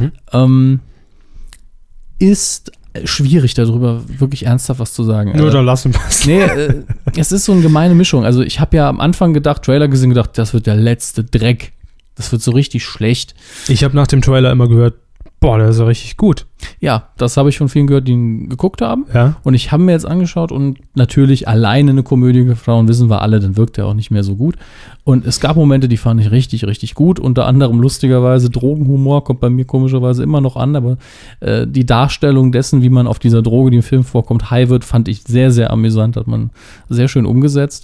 Ist schwierig, darüber wirklich ernsthaft was zu sagen. Nur da lassen wir es. Nee, es ist so eine gemeine Mischung. Also ich habe ja am Anfang Trailer gesehen, gedacht, das wird der letzte Dreck. Das wird so richtig schlecht. Ich habe nach dem Trailer immer gehört, boah, der ist ja richtig gut. Ja, das habe ich von vielen gehört, die ihn geguckt haben. Ja. Und ich habe mir jetzt angeschaut und natürlich alleine eine Komödie gefrauen, wissen wir alle, dann wirkt er auch nicht mehr so gut. Und es gab Momente, die fand ich richtig, richtig gut. Unter anderem lustigerweise Drogenhumor, kommt bei mir komischerweise immer noch an, aber die Darstellung dessen, wie man auf dieser Droge, die im Film vorkommt, high wird, fand ich sehr, sehr amüsant, hat man sehr schön umgesetzt.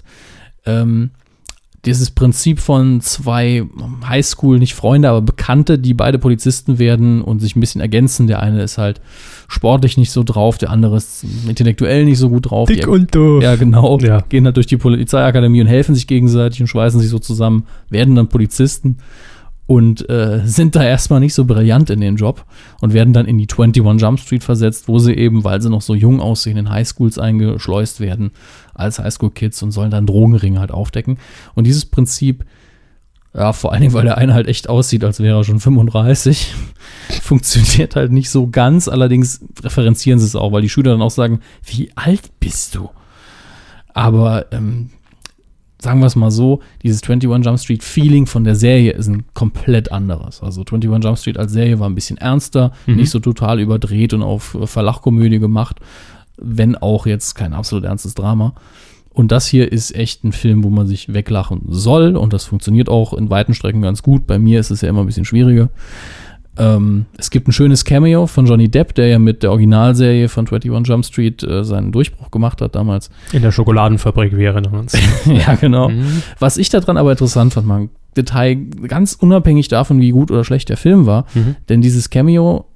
Dieses Prinzip von 2 Highschool, nicht Freunde, aber Bekannte, die beide Polizisten werden und sich ein bisschen ergänzen. Der eine ist halt sportlich nicht so drauf, der andere ist intellektuell nicht so gut drauf. Dick und doof. Ja, genau. Ja. Gehen halt durch die Polizeiakademie und helfen sich gegenseitig und schweißen sich so zusammen, werden dann Polizisten und sind da erstmal nicht so brillant in den Job und werden dann in die 21 Jump Street versetzt, wo sie eben, weil sie noch so jung aussehen, in Highschools eingeschleust werden als Highschool-Kids und sollen dann Drogenringe halt aufdecken. Und dieses Prinzip, ja, vor allen Dingen, weil der eine halt echt aussieht, als wäre er schon 35, funktioniert halt nicht so ganz. Allerdings referenzieren sie es auch, weil die Schüler dann auch sagen, wie alt bist du? Aber sagen wir es mal so, dieses 21 Jump Street Feeling von der Serie ist ein komplett anderes. Also 21 Jump Street als Serie war ein bisschen ernster, nicht so total überdreht und auf Verlachkomödie gemacht, wenn auch jetzt kein absolut ernstes Drama. Und das hier ist echt ein Film, wo man sich weglachen soll und das funktioniert auch in weiten Strecken ganz gut. Bei mir ist es ja immer ein bisschen schwieriger. Es gibt ein schönes Cameo von Johnny Depp, der ja mit der Originalserie von 21 Jump Street seinen Durchbruch gemacht hat damals. In der Schokoladenfabrik wäre noch uns. Ja, genau. Was ich daran aber interessant fand, mal ein Detail, ganz unabhängig davon, wie gut oder schlecht der Film war, denn dieses Cameo,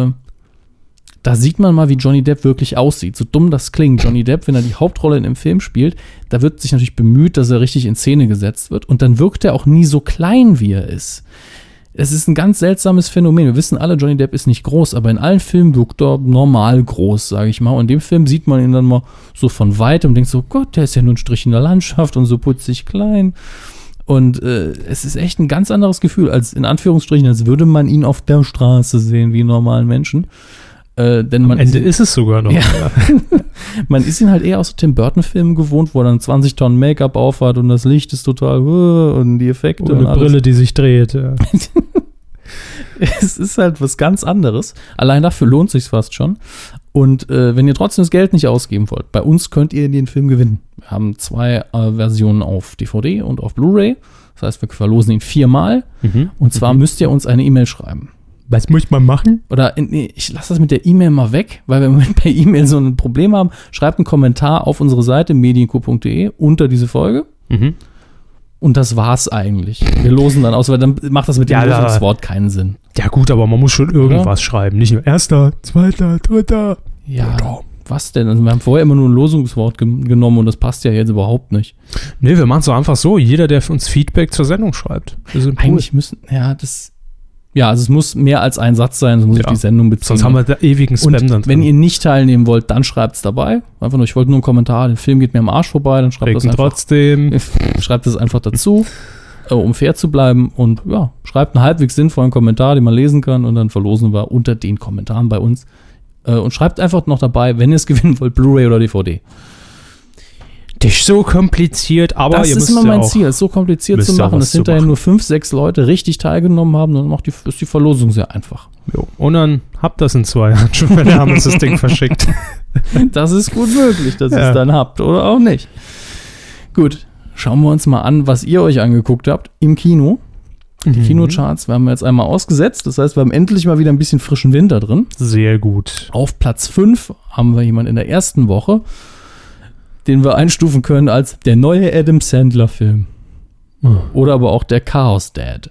da sieht man mal, wie Johnny Depp wirklich aussieht. So dumm das klingt. Johnny Depp, wenn er die Hauptrolle in einem Film spielt, da wird sich natürlich bemüht, dass er richtig in Szene gesetzt wird. Und dann wirkt er auch nie so klein, wie er ist. Es ist ein ganz seltsames Phänomen. Wir wissen alle, Johnny Depp ist nicht groß, aber in allen Filmen wirkt er normal groß, sage ich mal. Und in dem Film sieht man ihn dann mal so von weitem und denkt so, Gott, der ist ja nur ein Strich in der Landschaft und so putzig klein. Und es ist echt ein ganz anderes Gefühl, als in Anführungsstrichen, als würde man ihn auf der Straße sehen, wie einen normalen Menschen. Denn Am Ende ist es sogar noch. Ja. Man ist ihn halt eher aus so Tim Burton-Filmen gewohnt, wo er dann 20 Tonnen Make-up aufhat und das Licht ist total und die Effekte und eine Brille, die sich dreht. Ja. Es ist halt was ganz anderes. Allein dafür lohnt sich's fast schon. Und wenn ihr trotzdem das Geld nicht ausgeben wollt, bei uns könnt ihr den Film gewinnen. Wir haben 2 Versionen auf DVD und auf Blu-ray. Das heißt, wir verlosen ihn 4-mal. Und zwar müsst ihr uns eine E-Mail schreiben. Was muss man machen? Oder ich lasse das mit der E-Mail mal weg, weil wir im Moment per E-Mail so ein Problem haben. Schreibt einen Kommentar auf unsere Seite medienco.de unter diese Folge. Und das war's eigentlich. Wir losen dann aus, weil dann macht das mit dem Losungswort keinen Sinn. Ja gut, aber man muss schon irgendwas schreiben. Nicht nur 1., 2., 3. Ja, was denn? Also wir haben vorher immer nur ein Losungswort genommen und das passt ja jetzt überhaupt nicht. Nee, wir machen es so einfach so. Jeder, der für uns Feedback zur Sendung schreibt. Eigentlich müssen, also es muss mehr als ein Satz sein, sonst muss ich die Sendung beziehen. Sonst haben wir da ewigen Spam dann drin. Wenn ihr nicht teilnehmen wollt, dann schreibt es dabei. Einfach nur, ich wollte nur einen Kommentar, der Film geht mir am Arsch vorbei, dann schreibt das einfach. Trotzdem. Schreibt das einfach dazu, um fair zu bleiben und ja, schreibt einen halbwegs sinnvollen Kommentar, den man lesen kann und dann verlosen wir unter den Kommentaren bei uns. Und schreibt einfach noch dabei, wenn ihr es gewinnen wollt, Blu-ray oder DVD. Das ist so kompliziert, aber das ihr müsst ist immer mein auch, Ziel, es so kompliziert zu machen, dass hinterher nur 5, 6 Leute richtig teilgenommen haben, dann ist die Verlosung sehr einfach. Jo. Und dann habt das in 2 Jahren schon, wenn ihr haben uns das Ding verschickt. Das ist gut möglich, dass ihr es dann habt oder auch nicht. Gut, schauen wir uns mal an, was ihr euch angeguckt habt im Kino. Die Kinocharts, wir haben jetzt einmal ausgesetzt, das heißt, wir haben endlich mal wieder ein bisschen frischen Winter drin. Sehr gut. Auf Platz 5 haben wir jemanden in der ersten Woche, den wir einstufen können als der neue Adam Sandler-Film. Oder aber auch der Chaos Dad.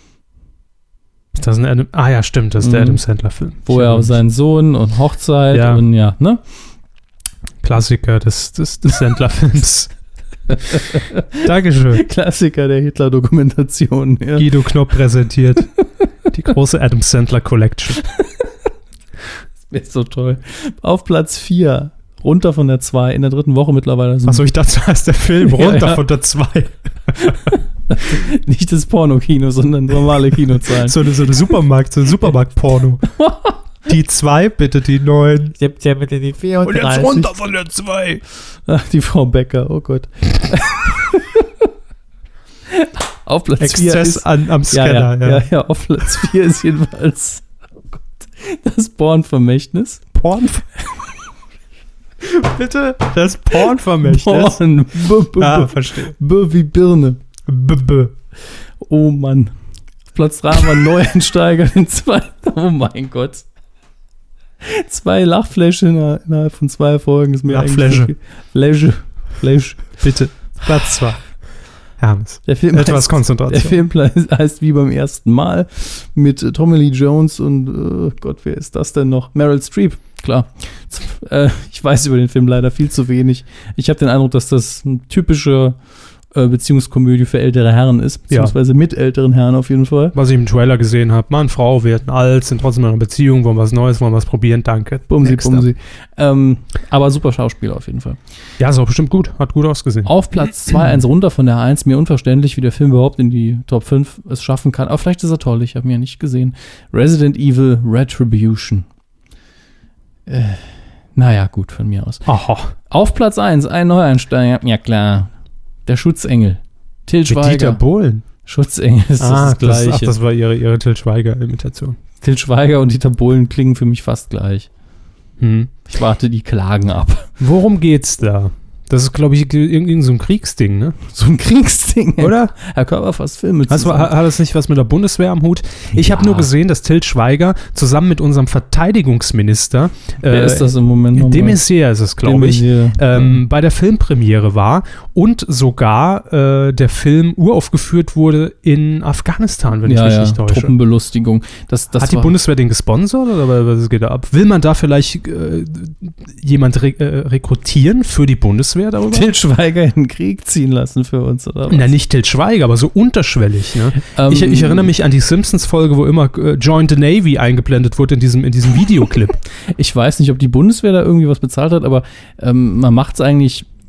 Ist das ein Adam? Ah ja, stimmt, das ist der Adam Sandler-Film. Wo er seinen Sohn und Hochzeit und ne? Klassiker des Sandler-Films. Dankeschön. Klassiker der Hitler-Dokumentation. Ja. Guido Knopp präsentiert die große Adam Sandler Collection. Das wäre so toll. Auf Platz 4. Runter von der 2, in der 3. Woche mittlerweile. Achso, ich dachte, das heißt der Film runter von der 2. Nicht das Porno-Kino, sondern normale Kinozahlen. So eine Supermarkt-Porno. Die 2, bitte die 9. 17, bitte die 34. Und jetzt runter von der 2. Ach, die Frau Becker, oh Gott. Auf Platz 4 ist am Scanner. Ja, auf Platz 4 ist jedenfalls das Pornvermächtnis. Bitte? Das Pornvermächtnis? Porn. Verstehe. Wie Birne. Oh Mann. Auf Platz 3 haben wir einen Neueinsteiger, den 2. Oh mein Gott. 2 Lachfläche innerhalb von 2 Folgen ist mir Lachfläche. Fläche. Bitte. Platz 2. Hermes. Der Film heißt wie beim ersten Mal mit Tommy Lee Jones und Gott, wer ist das denn noch? Meryl Streep, klar. Ich weiß über den Film leider viel zu wenig. Ich habe den Eindruck, dass das ein typischer Beziehungskomödie für ältere Herren ist, beziehungsweise mit älteren Herren auf jeden Fall. Was ich im Trailer gesehen habe, Mann, Frau, wir werden alt, sind trotzdem in einer Beziehung, wollen was Neues, wollen was probieren, danke. Bumsi. Aber super Schauspieler auf jeden Fall. Ja, ist auch bestimmt gut, hat gut ausgesehen. Auf Platz 2, 1 runter von der 1, mir unverständlich, wie der Film überhaupt in die Top 5 es schaffen kann, aber vielleicht ist er toll, ich habe ihn ja nicht gesehen. Resident Evil Retribution. Naja, gut, von mir aus. Aha. Auf Platz 1, ein Neueinsteiger, ja klar. Der Schutzengel. Til Schweiger. Dieter Bohlen. Schutzengel ist das Gleiche. Das war ihre Til Schweiger-Imitation. Til Schweiger und Dieter Bohlen klingen für mich fast gleich. Ich warte die Klagen ab. Worum geht's da? Das ist, glaube ich, irgendwie so ein Kriegsding, ne? So ein Kriegsding, oder? Herr Körber fast Filme zusammen. Hat das nicht was mit der Bundeswehr am Hut? Ich habe nur gesehen, dass Til Schweiger zusammen mit unserem Verteidigungsminister wer ist das im Moment nochmal? De Maizière ist es, glaube ich, bei der Filmpremiere war und sogar der Film uraufgeführt wurde in Afghanistan, wenn ich mich nicht täusche. Truppenbelustigung. Das hat die Bundeswehr den gesponsert oder was geht da ab? Will man da vielleicht jemand rekrutieren für die Bundeswehr? Darüber? Til Schweiger in den Krieg ziehen lassen für uns, oder was? Na, nicht Til Schweiger, aber so unterschwellig. Ne? Ich erinnere mich an die Simpsons-Folge, wo immer Join the Navy eingeblendet wurde in diesem Videoclip. Ich weiß nicht, ob die Bundeswehr da irgendwie was bezahlt hat, aber man macht es eigentlich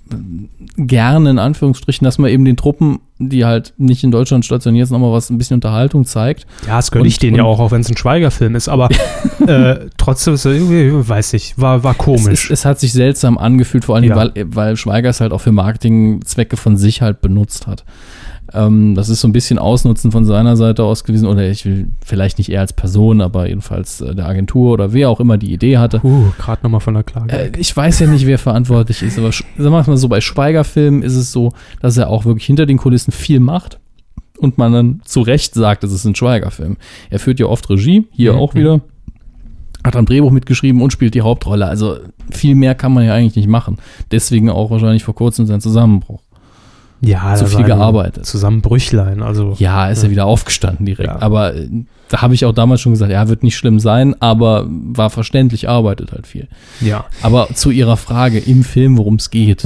gerne in Anführungsstrichen, dass man eben den Truppen, die halt nicht in Deutschland stationiert sind, nochmal ein bisschen Unterhaltung zeigt. Ja, das gönne ich denen ja auch wenn es ein Schweiger-Film ist, aber trotzdem ist es irgendwie, weiß ich, war komisch. Es hat sich seltsam angefühlt, vor allen Dingen, weil Schweiger es halt auch für Marketingzwecke von sich halt benutzt hat. Das ist so ein bisschen Ausnutzen von seiner Seite aus gewesen, oder ich will vielleicht nicht er als Person, aber jedenfalls der Agentur oder wer auch immer die Idee hatte. Gerade nochmal von der Klage. Ich weiß ja nicht, wer verantwortlich ist, aber sagen wir mal so, bei Schweiger-Filmen ist es so, dass er auch wirklich hinter den Kulissen viel macht und man dann zu Recht sagt, es ist ein Schweiger-Film. Er führt ja oft Regie, hier auch wieder, hat am Drehbuch mitgeschrieben und spielt die Hauptrolle. Also viel mehr kann man ja eigentlich nicht machen. Deswegen auch wahrscheinlich vor kurzem sein Zusammenbruch. Ja, zu viel gearbeitet. Zusammenbrüchlein, also. Ja, ist er wieder aufgestanden direkt. Ja. Aber da habe ich auch damals schon gesagt, ja, wird nicht schlimm sein, aber war verständlich, arbeitet halt viel. Ja. Aber zu Ihrer Frage im Film, worum es geht.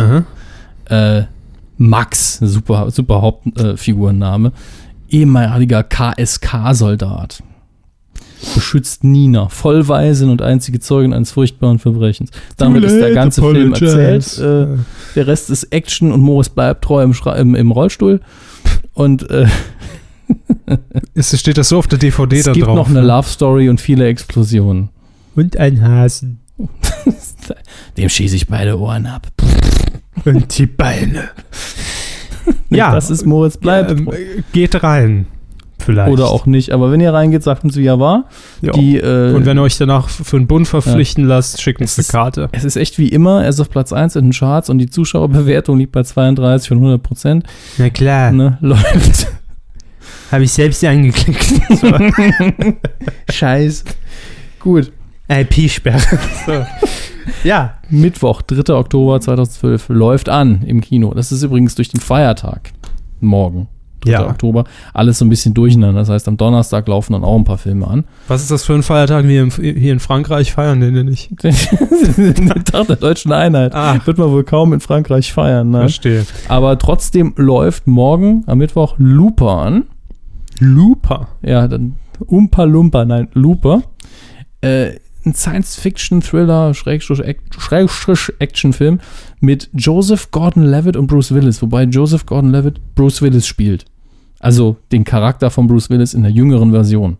Max, super Hauptfigurenname, ehemaliger KSK-Soldat. Beschützt Nina, Vollwaisin und einzige Zeugin eines furchtbaren Verbrechens. Damit ist der ganze Film erzählt. Der Rest ist Action und Moritz bleibt treu im Rollstuhl. Und steht das so auf der DVD da drauf? Es gibt noch eine Love Story und viele Explosionen. Und ein Hasen. Dem schieße ich beide Ohren ab. Und die Beine. Ja, das ist Moritz bleibt. Geht rein. Vielleicht. Oder auch nicht. Aber wenn ihr reingeht, sagt uns, wie er war. Und wenn ihr euch danach für einen Bund verpflichten lasst, schickt uns eine Karte. Es ist echt wie immer. Er ist auf Platz 1 in den Charts und die Zuschauerbewertung liegt bei 32 von 100%. Na klar. Ne, läuft. Habe ich selbst angeklickt. Scheiße. Gut. IP-Sperre. So. Ja. Mittwoch, 3. Oktober 2012 läuft an im Kino. Das ist übrigens durch den Feiertag. Morgen. 3. Oktober, alles so ein bisschen durcheinander. Das heißt, am Donnerstag laufen dann auch ein paar Filme an. Was ist das für ein Feiertag? Wir hier in Frankreich feiern den nicht. Den Tag der Deutschen Einheit. Wird man wohl kaum in Frankreich feiern. Ne? Verstehe. Aber trotzdem läuft morgen am Mittwoch Looper an. Looper? Ja, dann Oompa Loompa, nein, Looper. Ein Science-Fiction-Thriller, Actionfilm mit Joseph Gordon-Levitt und Bruce Willis, wobei Joseph Gordon-Levitt Bruce Willis spielt. Also den Charakter von Bruce Willis in der jüngeren Version.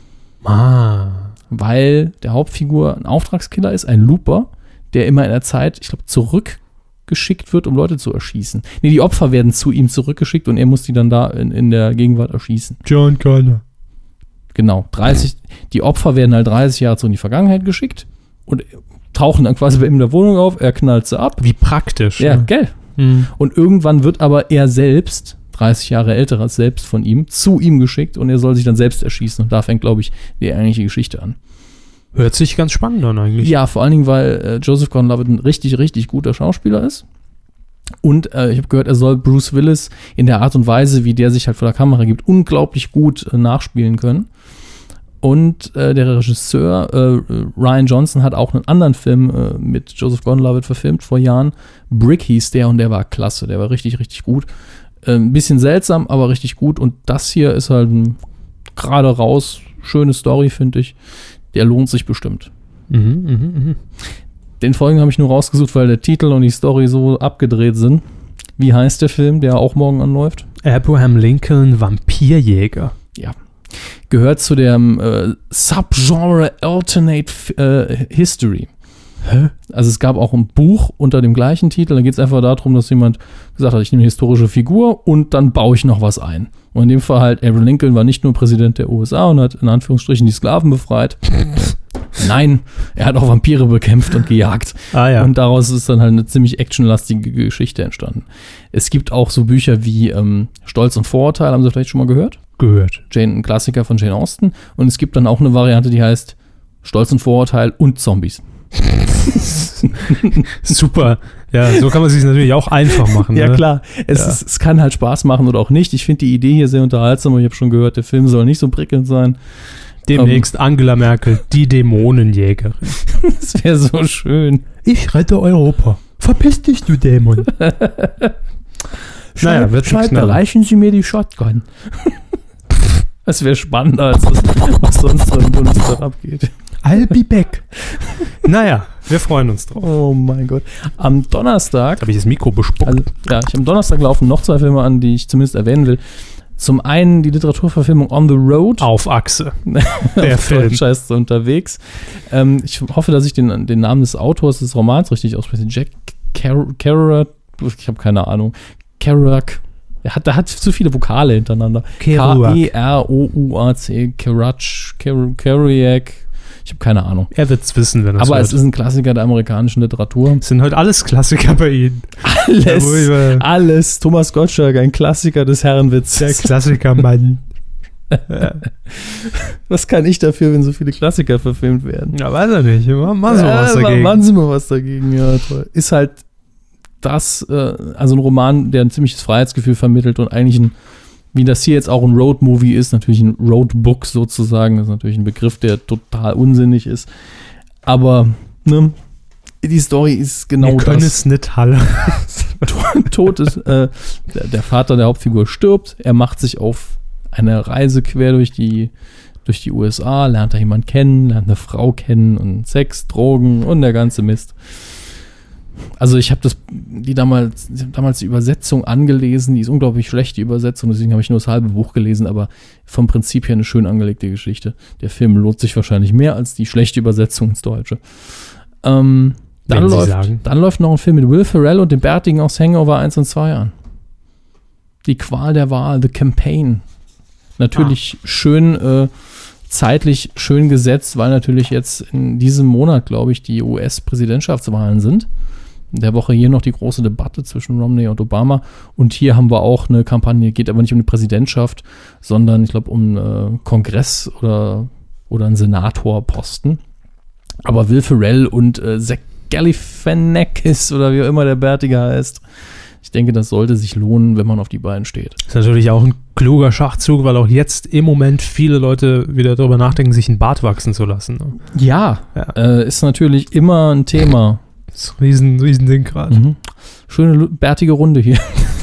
Weil der Hauptfigur ein Auftragskiller ist, ein Looper, der immer in der Zeit, ich glaube, zurückgeschickt wird, um Leute zu erschießen. Nee, die Opfer werden zu ihm zurückgeschickt und er muss die dann da in der Gegenwart erschießen. John Connor. Genau, die Opfer werden halt 30 Jahre zurück in die Vergangenheit geschickt und tauchen dann quasi bei ihm in der Wohnung auf, er knallt sie ab. Wie praktisch. Ja, gell. Und irgendwann wird aber er selbst, 30 Jahre älter als selbst von ihm, zu ihm geschickt und er soll sich dann selbst erschießen. Und da fängt, glaube ich, die eigentliche Geschichte an. Hört sich ganz spannend an eigentlich. Ja, vor allen Dingen, weil Joseph Gordon-Levitt ein richtig, richtig guter Schauspieler ist. Und ich habe gehört, er soll Bruce Willis in der Art und Weise, wie der sich halt vor der Kamera gibt, unglaublich gut nachspielen können. Und der Regisseur Ryan Johnson hat auch einen anderen Film mit Joseph Gordon-Levitt verfilmt vor Jahren. Brick hieß der und der war klasse, der war richtig, richtig gut. Ein bisschen seltsam, aber richtig gut. Und das hier ist halt ein gerade raus, schöne Story, finde ich. Der lohnt sich bestimmt. Den Folgen habe ich nur rausgesucht, weil der Titel und die Story so abgedreht sind. Wie heißt der Film, der auch morgen anläuft? Abraham Lincoln, Vampirjäger. Ja. Gehört zu dem Subgenre Alternate History. Hä? Also es gab auch ein Buch unter dem gleichen Titel. Da geht es einfach darum, dass jemand gesagt hat, ich nehme eine historische Figur und dann baue ich noch was ein. Und in dem Fall halt, Abraham Lincoln war nicht nur Präsident der USA und hat in Anführungsstrichen die Sklaven befreit. Nein, er hat auch Vampire bekämpft und gejagt. Ja. Und daraus ist dann halt eine ziemlich actionlastige Geschichte entstanden. Es gibt auch so Bücher wie Stolz und Vorurteil, haben Sie vielleicht schon mal gehört? Ein Klassiker von Jane Austen. Und es gibt dann auch eine Variante, die heißt Stolz und Vorurteil und Zombies. Super. Ja, so kann man es sich natürlich auch einfach machen. Ja, ne? Klar. Es kann halt Spaß machen oder auch nicht. Ich finde die Idee hier sehr unterhaltsam. Ich habe schon gehört, der Film soll nicht so prickelnd sein. Demnächst Angela Merkel, die Dämonenjägerin. Das wäre so schön. Ich rette Europa. Verpiss dich, du Dämon. Reichen Sie mir die Shotgun. Das wäre spannender, als das, was sonst so im Bundestag abgeht. I'll be back. Naja, wir freuen uns drauf. Oh mein Gott. Am Donnerstag habe ich das Mikro bespuckt. Also, am Donnerstag laufen noch 2 Filme an, die ich zumindest erwähnen will. Zum einen die Literaturverfilmung On the Road. Auf Achse. Der Film. Scheiße unterwegs. Ich hoffe, dass ich den Namen des Autors des Romans richtig ausspreche. Jack Kerouac. Ich habe keine Ahnung. Kerouac. Der hat zu viele Vokale hintereinander. K-E-R-O-U-A-C. Kerouac. Ich habe keine Ahnung. Er wird es wissen, wenn er es Aber hört. es ist ein Klassiker der amerikanischen Literatur. Es sind heute alles Klassiker bei Ihnen. Alles. Thomas Gottschalk, ein Klassiker des Herrenwitzes. Der Klassikermann. Was kann ich dafür, wenn so viele Klassiker verfilmt werden? Ja, weiß er nicht. Machen Sie mal was dagegen. Machen Sie mal was dagegen, ja, toll. Ist halt das, also ein Roman, der ein ziemliches Freiheitsgefühl vermittelt und eigentlich wie das hier jetzt auch ein Road-Movie ist, natürlich ein Roadbook sozusagen, das ist natürlich ein Begriff, der total unsinnig ist, aber ne, die Story ist genau das. Wir können es nicht Halle. Tod ist, der Vater der Hauptfigur stirbt, er macht sich auf eine Reise quer durch die USA, lernt da jemanden kennen, lernt eine Frau kennen und Sex, Drogen und der ganze Mist. Also ich habe damals die Übersetzung angelesen, die ist unglaublich schlecht, die Übersetzung, deswegen habe ich nur das halbe Buch gelesen, aber vom Prinzip her eine schön angelegte Geschichte. Der Film lohnt sich wahrscheinlich mehr als die schlechte Übersetzung ins Deutsche. Dann läuft noch ein Film mit Will Ferrell und dem Bärtigen aus Hangover 1 und 2 an. Die Qual der Wahl, The Campaign. Natürlich schön zeitlich schön gesetzt, weil natürlich jetzt in diesem Monat, glaube ich, die US-Präsidentschaftswahlen sind. In der Woche hier noch die große Debatte zwischen Romney und Obama. Und hier haben wir auch eine Kampagne, geht aber nicht um die Präsidentschaft, sondern ich glaube um Kongress oder einen Senatorposten. Aber Will Ferrell und Zach Galifianakis oder wie auch immer der Bärtige heißt, ich denke, das sollte sich lohnen, wenn man auf die beiden steht. Das ist natürlich auch ein kluger Schachzug, weil auch jetzt im Moment viele Leute wieder darüber nachdenken, sich einen Bart wachsen zu lassen. Ne? Ja. Ist natürlich immer ein Thema. Das ist ein Riesending gerade. Mhm. Schöne bärtige Runde hier.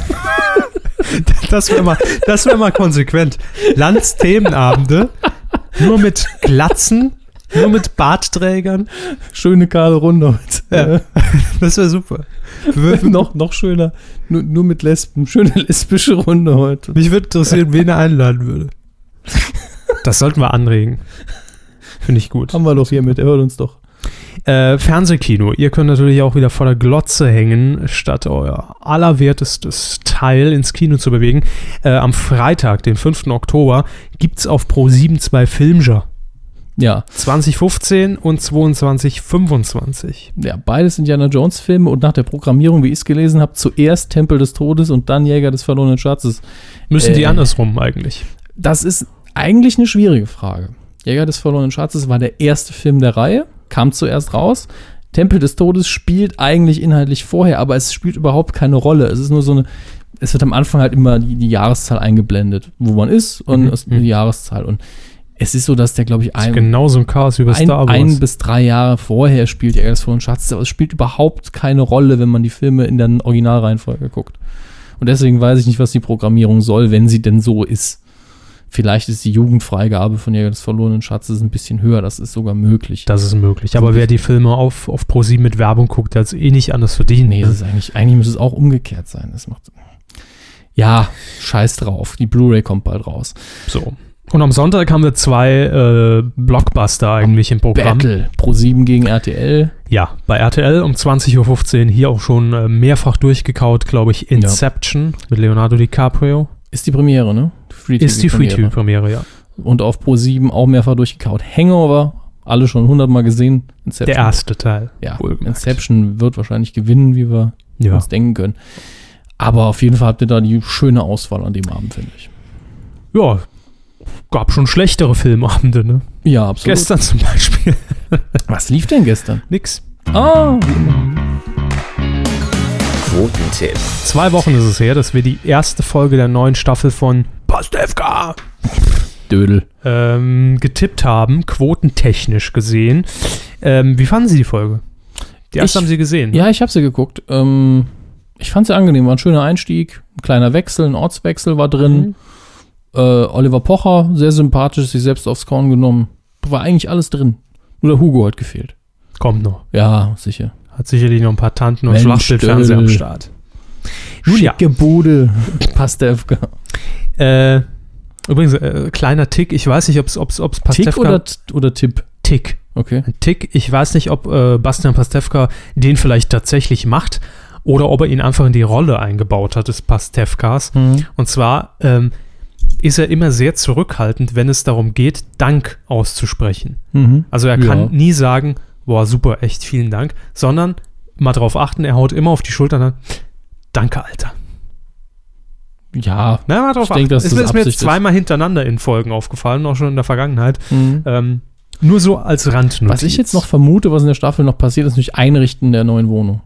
Das wäre mal konsequent. Landsthemenabende, nur mit Glatzen, nur mit Bartträgern. Schöne kahle Runde heute. Ja. Das wäre super. noch schöner, nur mit Lesben. Schöne lesbische Runde heute. Mich würde interessieren, wen er einladen würde. Das sollten wir anregen. Finde ich gut. Haben wir doch hiermit, er hört uns doch. Fernsehkino. Ihr könnt natürlich auch wieder vor der Glotze hängen, statt euer allerwertestes Teil ins Kino zu bewegen. Am Freitag, den 5. Oktober, gibt es auf Pro7 2 Filmger. Ja. 2015 und 2225. Ja, beides Indiana Jones Filme und nach der Programmierung, wie ich es gelesen habe, zuerst Tempel des Todes und dann Jäger des verlorenen Schatzes. Müssen die andersrum eigentlich? Das ist eigentlich eine schwierige Frage. Jäger des verlorenen Schatzes war der erste Film der Reihe, kam zuerst raus. Tempel des Todes spielt eigentlich inhaltlich vorher, aber es spielt überhaupt keine Rolle. Es ist nur so es wird am Anfang halt immer die Jahreszahl eingeblendet, wo man ist und die Jahreszahl. Und es ist so, dass der, glaube ich, genauso ein Chaos wie bei Star Wars. 1 bis 3 Jahre vorher spielt Jäger des verlorenen Schatzes, aber es spielt überhaupt keine Rolle, wenn man die Filme in der Originalreihenfolge guckt. Und deswegen weiß ich nicht, was die Programmierung soll, wenn sie denn so ist. Vielleicht ist die Jugendfreigabe von Jäger des verlorenen Schatzes ein bisschen höher, das ist sogar möglich. Das ist möglich, aber wer die Filme auf Pro7 mit Werbung guckt, der hat es eh nicht anders verdient. Nee, das ist eigentlich müsste es auch umgekehrt sein. Das macht ja, scheiß drauf, die Blu-ray kommt bald raus. So. Und am Sonntag haben wir 2 Blockbuster eigentlich im Programm. Battle, Pro7 gegen RTL. Ja, bei RTL um 20.15 Uhr hier auch schon mehrfach durchgekaut, glaube ich, Inception mit Leonardo DiCaprio. Ist die Premiere, ne? Ist die Free-TV-Premiere, ja. Und auf Pro7 auch mehrfach durchgekaut. Hangover, alle schon 100-mal gesehen. Inception. Der erste Teil. Ja, Inception wird wahrscheinlich gewinnen, wie wir uns denken können. Aber auf jeden Fall habt ihr da die schöne Auswahl an dem Abend, finde ich. Ja, gab schon schlechtere Filmabende, ne? Ja, absolut. Gestern zum Beispiel. Was lief denn gestern? Nix. Quotentipp. 2 Wochen ist es her, dass wir die erste Folge der neuen Staffel von Pastewka Dödel getippt haben, quotentechnisch gesehen. Wie fanden Sie die Folge? Die erste haben Sie gesehen? Ja, ich habe sie geguckt. Ich fand sie angenehm, war ein schöner Einstieg, ein kleiner Wechsel, ein Ortswechsel war drin. Oliver Pocher, sehr sympathisch, sich selbst aufs Korn genommen. War eigentlich alles drin. Oder Hugo hat gefehlt. Kommt noch. Ja, sicher. Hat sicherlich noch ein paar Tanten und Flachbildfernseher am Start. Schicke Bude. Pastewka. Übrigens, kleiner Tick. Ich weiß nicht, ob es Pastewka... Tick oder Tipp? Tick. Okay. Ein Tick. Ich weiß nicht, ob Bastian Pastewka den vielleicht tatsächlich macht oder ob er ihn einfach in die Rolle eingebaut hat, des Pastewkas. Und zwar ist er immer sehr zurückhaltend, wenn es darum geht, Dank auszusprechen. Also er kann nie sagen, boah, super, echt, vielen Dank, sondern mal drauf achten, er haut immer auf die Schultern an, danke, Alter. Ja, na, mal drauf achten. Das ist mir jetzt zweimal hintereinander in Folgen aufgefallen, auch schon in der Vergangenheit. Nur so als Randnotiz. Was ich jetzt noch vermute, was in der Staffel noch passiert, ist natürlich Einrichten der neuen Wohnung.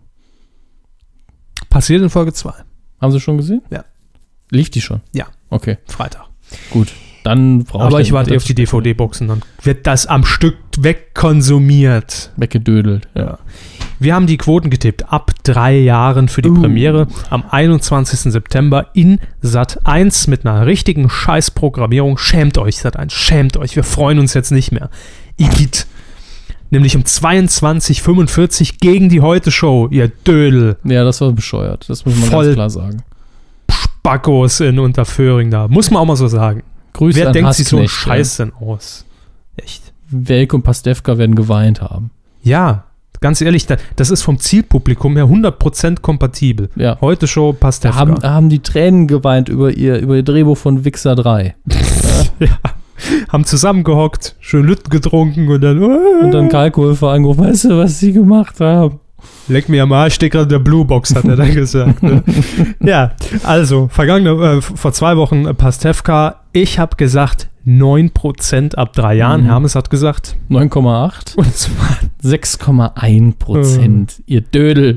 Passiert in Folge 2. Haben Sie schon gesehen? Ja. Lief die schon? Ja. Okay. Freitag. Gut. Dann brauche ich. Aber ich warte auf die DVD-Boxen, dann wird das am Stück wegkonsumiert. Weggedödelt, ja. Wir haben die Quoten getippt. Ab 3 Jahren für die Premiere am 21. September in Sat.1 mit einer richtigen Scheißprogrammierung. Schämt euch, Sat.1, schämt euch. Wir freuen uns jetzt nicht mehr. Igitt. Nämlich um 22:45 gegen die Heute-Show, ihr Dödel. Ja, das war bescheuert. Das muss man ganz klar sagen. Spackos in Unterföhring da. Muss man auch mal so sagen. Grüße Wer an denkt sich so einen Hassknecht, Scheiß denn aus? Echt. Welk und Pastewka werden geweint haben. Ja, ganz ehrlich, das ist vom Zielpublikum her 100% kompatibel. Ja. Heute Show Pastewka. Da haben die Tränen geweint über ihr Drehbuch von Wichser 3. Ja. Haben zusammengehockt, schön Lütten getrunken und dann Kalkhofer angerufen. Weißt du, was sie gemacht haben? Leck mir am Arsch, steht gerade in der Blue Box, hat er dann gesagt. Ne? Ja, also, vor 2 Wochen Pastewka. Ich habe gesagt 9% ab 3 Jahren. Hermes hat gesagt 9,8. Und zwar 6,1%. Ihr Dödel.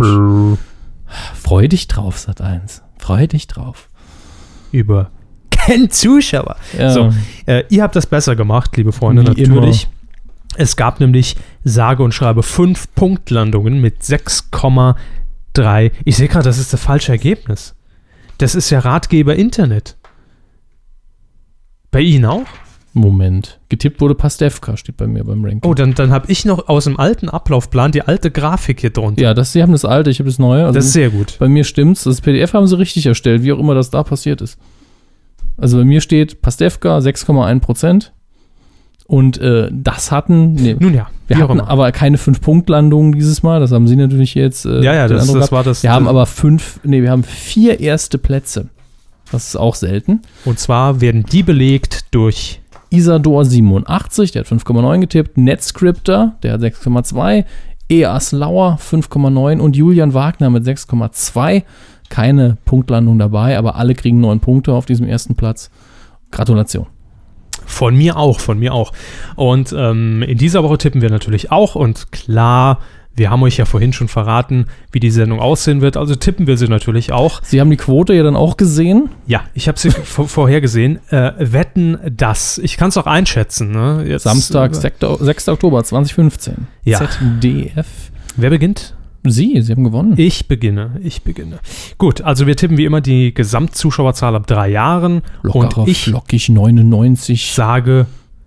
Freu dich drauf, Sat.1. Freu dich drauf. Über kein Zuschauer. Ja. So, ihr habt das besser gemacht, liebe Freunde, natürlich. Immer. Es gab nämlich sage und schreibe 5 Punktlandungen mit 6,3. Ich sehe gerade, das ist das falsche Ergebnis. Das ist ja Ratgeber Internet. Bei Ihnen auch? Moment. Getippt wurde Pastewka, steht bei mir beim Ranking. Oh, dann habe ich noch aus dem alten Ablaufplan die alte Grafik hier drunter. Ja, Sie haben das alte, ich habe das neue. Also das ist sehr gut. Bei mir stimmt's. Das PDF haben sie richtig erstellt, wie auch immer das da passiert ist. Also bei mir steht Pastewka 6,1%. Und das hatten, nun ja, wir hatten aber keine 5-Punkt-Landungen dieses Mal, das haben Sie natürlich jetzt. Das war das. Wir haben aber 4 erste Plätze. Das ist auch selten. Und zwar werden die belegt durch Isador 87, der hat 5,9 getippt, Netscripter, der hat 6,2, Eas Lauer 5,9 und Julian Wagner mit 6,2. Keine Punktlandung dabei, aber alle kriegen 9 Punkte auf diesem ersten Platz. Gratulation. Von mir auch. Und in dieser Woche tippen wir natürlich auch. Und klar, wir haben euch ja vorhin schon verraten, wie die Sendung aussehen wird. Also tippen wir sie natürlich auch. Sie haben die Quote ja dann auch gesehen? Ja, ich habe sie vorher gesehen. Wetten, das. Ich kann es auch einschätzen. Ne? Jetzt, Samstag, 6. Oktober 2015. Ja. ZDF. Wer beginnt? Sie haben gewonnen. Ich beginne. Gut, also wir tippen wie immer die Gesamtzuschauerzahl ab 3 Jahren. Und ich flockig 99. Sage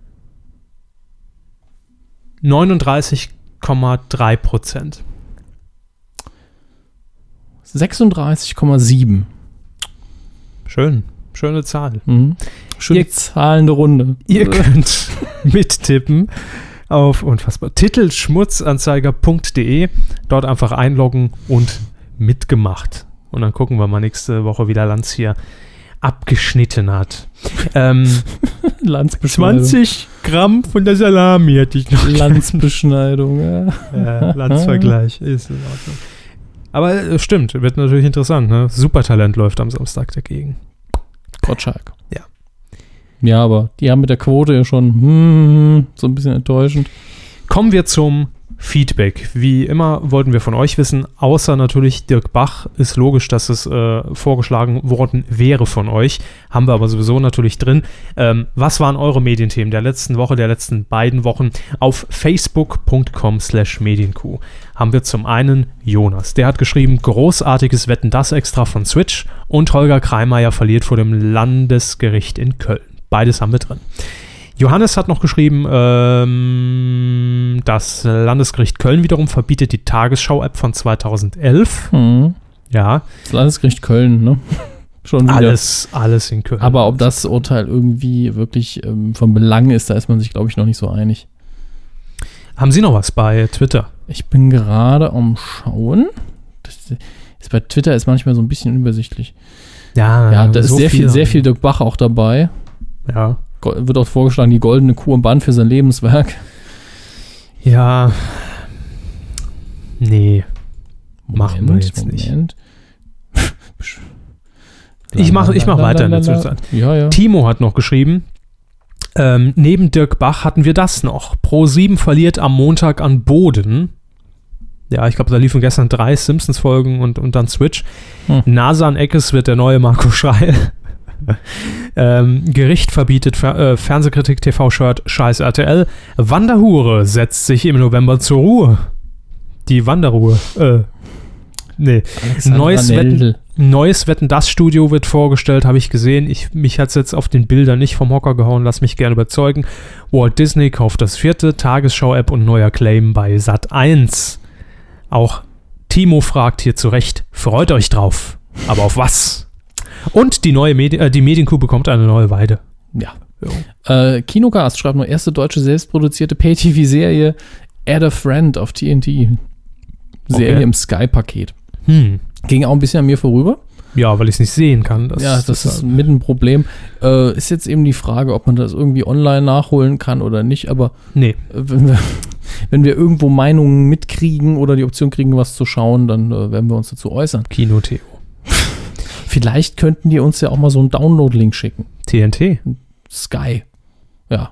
39,3%. 36,7. Schöne Zahl. Schöne zahlende Runde. Ihr könnt mittippen auf titelschmutzanzeiger.de. Dort einfach einloggen und mitgemacht. Und dann gucken wir mal nächste Woche, wie der Lanz hier abgeschnitten hat. 20 Gramm von der Salami hätte ich noch. Lanzbeschneidung, ja. Lanzvergleich ist in Ordnung. Aber stimmt, wird natürlich interessant. Ne? Supertalent läuft am Samstag dagegen. Gottschalk. Ja. Ja, aber die haben mit der Quote ja schon so ein bisschen enttäuschend. Kommen wir zum Feedback. Wie immer wollten wir von euch wissen, außer natürlich Dirk Bach, ist logisch, dass es vorgeschlagen worden wäre von euch. Haben wir aber sowieso natürlich drin. Was waren eure Medienthemen der letzten Woche, der letzten beiden Wochen? Auf facebook.com/medienkuh haben wir zum einen Jonas. Der hat geschrieben, großartiges Wetten, das extra von Switch und Holger Kreimeier verliert vor dem Landesgericht in Köln. Beides haben wir drin. Johannes hat noch geschrieben, das Landesgericht Köln wiederum verbietet die Tagesschau-App von 2011. Ja. Das Landesgericht Köln, ne? Schon wieder. Alles in Köln. Aber ob das Urteil irgendwie wirklich von Belang ist, da ist man sich, glaube ich, noch nicht so einig. Haben Sie noch was bei Twitter? Ich bin gerade am Schauen. Bei Twitter ist manchmal so ein bisschen unübersichtlich. Ja, da ist so sehr viel Dirk Bach auch dabei. Ja. Wird auch vorgeschlagen, die goldene Kuh im Band für sein Lebenswerk. Ja. Nee. Machen wir jetzt nicht. Ich mach weiter in der Zwischenzeit. Ja. Timo hat noch geschrieben, neben Dirk Bach hatten wir das noch. Pro7 verliert am Montag an Boden. Ja, ich glaube, da liefen gestern 3 Simpsons-Folgen und dann Switch. Nasan Eckes wird der neue Marco Schreil. Gericht verbietet Fernsehkritik-TV-Shirt Scheiß RTL. Wanderhure setzt sich im November zur Ruhe. Die Wanderruhe. Neues Wetten-Das-Studio wird vorgestellt, habe ich gesehen. Mich hat es jetzt auf den Bildern nicht vom Hocker gehauen, lass mich gerne überzeugen. Walt Disney kauft das 4. Tagesschau-App und neuer Claim bei Sat1. Auch Timo fragt hier zu Recht, freut euch drauf. Aber auf was? Und die Medienkuh bekommt eine neue Weide. Ja. Kinogast schreibt nur, erste deutsche selbstproduzierte Pay-TV-Serie Add a Friend auf TNT. Serie im Sky-Paket. Ging auch ein bisschen an mir vorüber. Ja, weil ich es nicht sehen kann. Das ist mit ein Problem. Ist jetzt eben die Frage, ob man das irgendwie online nachholen kann oder nicht. Aber nee. Wenn wir irgendwo Meinungen mitkriegen oder die Option kriegen, was zu schauen, dann werden wir uns dazu äußern. Kino-Theo. Vielleicht könnten die uns ja auch mal so einen Download-Link schicken. TNT? Sky. Ja.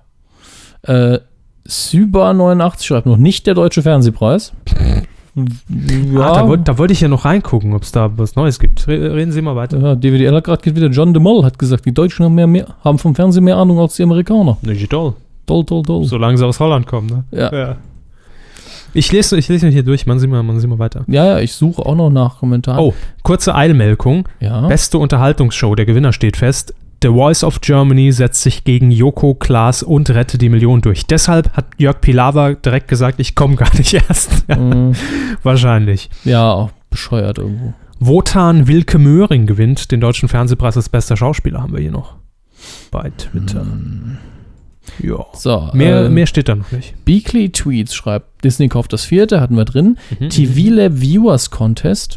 Syber89 schreibt noch nicht der Deutsche Fernsehpreis. Ja. Da wollte ich ja noch reingucken, ob es da was Neues gibt. Reden Sie mal weiter. Ja, DWDL hat gerade wieder, John de Mol hat gesagt, die Deutschen haben vom Fernsehen mehr Ahnung als die Amerikaner. Nicht toll. Toll. Solange sie aus Holland kommen, ne? Ja. Ich lese mich hier durch, machen Sie mal weiter. Ja, ich suche auch noch nach Kommentaren. Oh, kurze Eilmeldung. Ja. Beste Unterhaltungsshow, der Gewinner steht fest. The Voice of Germany setzt sich gegen Joko, Klaas und Rette die Million durch. Deshalb hat Jörg Pilawa direkt gesagt, ich komme gar nicht erst. Wahrscheinlich. Ja, auch bescheuert irgendwo. Wotan Wilke Möhring gewinnt den Deutschen Fernsehpreis als bester Schauspieler, haben wir hier noch bei Twitter. Ja. So, mehr steht da noch nicht. Beakley Tweets schreibt, Disney kauft das 4., hatten wir drin. TV Lab Viewers Contest.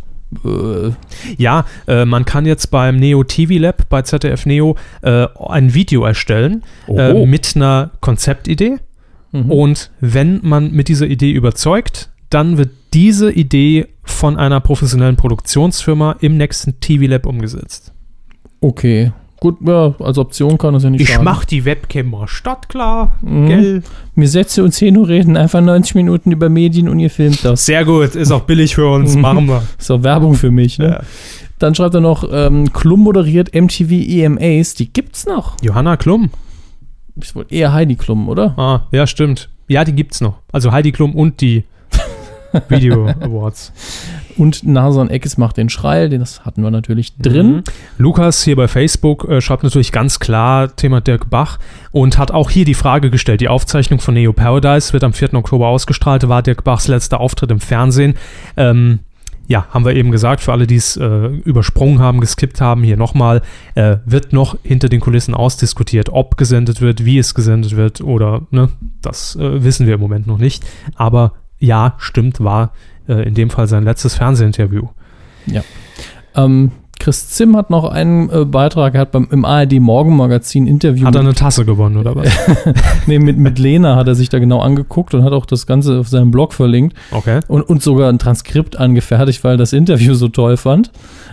Ja, man kann jetzt beim Neo TV Lab bei ZDF Neo ein Video erstellen mit einer Konzeptidee. Und wenn man mit dieser Idee überzeugt, dann wird diese Idee von einer professionellen Produktionsfirma im nächsten TV Lab umgesetzt. Okay. Gut, ja, als Option kann das ja nicht schaden. Ich mach die Webcam mal startklar, gell? Wir setzen uns hin und reden einfach 90 Minuten über Medien und ihr filmt das. Sehr gut, ist auch billig für uns, machen wir. Ist auch Werbung für mich, ne? Ja. Dann schreibt er noch, Klum moderiert MTV EMAs, die gibt's noch. Johanna Klum? Ist wohl eher Heidi Klum, oder? Ah, ja, stimmt. Ja, die gibt's noch. Also Heidi Klum und die Video Awards. Und Nasan Eckes macht den Schreil, das hatten wir natürlich drin. Lukas hier bei Facebook schreibt natürlich ganz klar Thema Dirk Bach und hat auch hier die Frage gestellt, die Aufzeichnung von Neo Paradise wird am 4. Oktober ausgestrahlt, war Dirk Bachs letzter Auftritt im Fernsehen. Ja, haben wir eben gesagt, für alle, die es übersprungen haben, geskippt haben, hier nochmal, wird noch hinter den Kulissen ausdiskutiert, ob gesendet wird, wie es gesendet wird oder, ne, das wissen wir im Moment noch nicht, aber ja, stimmt, war in dem Fall sein letztes Fernsehinterview. Ja. Chris Zimm hat noch einen Beitrag, er hat im ARD-Morgenmagazin Interview. Hat er eine Tasse gewonnen, oder was? Nee, mit Lena hat er sich da genau angeguckt und hat auch das Ganze auf seinem Blog verlinkt. Okay. Und sogar ein Transkript angefertigt, weil er das Interview so toll fand.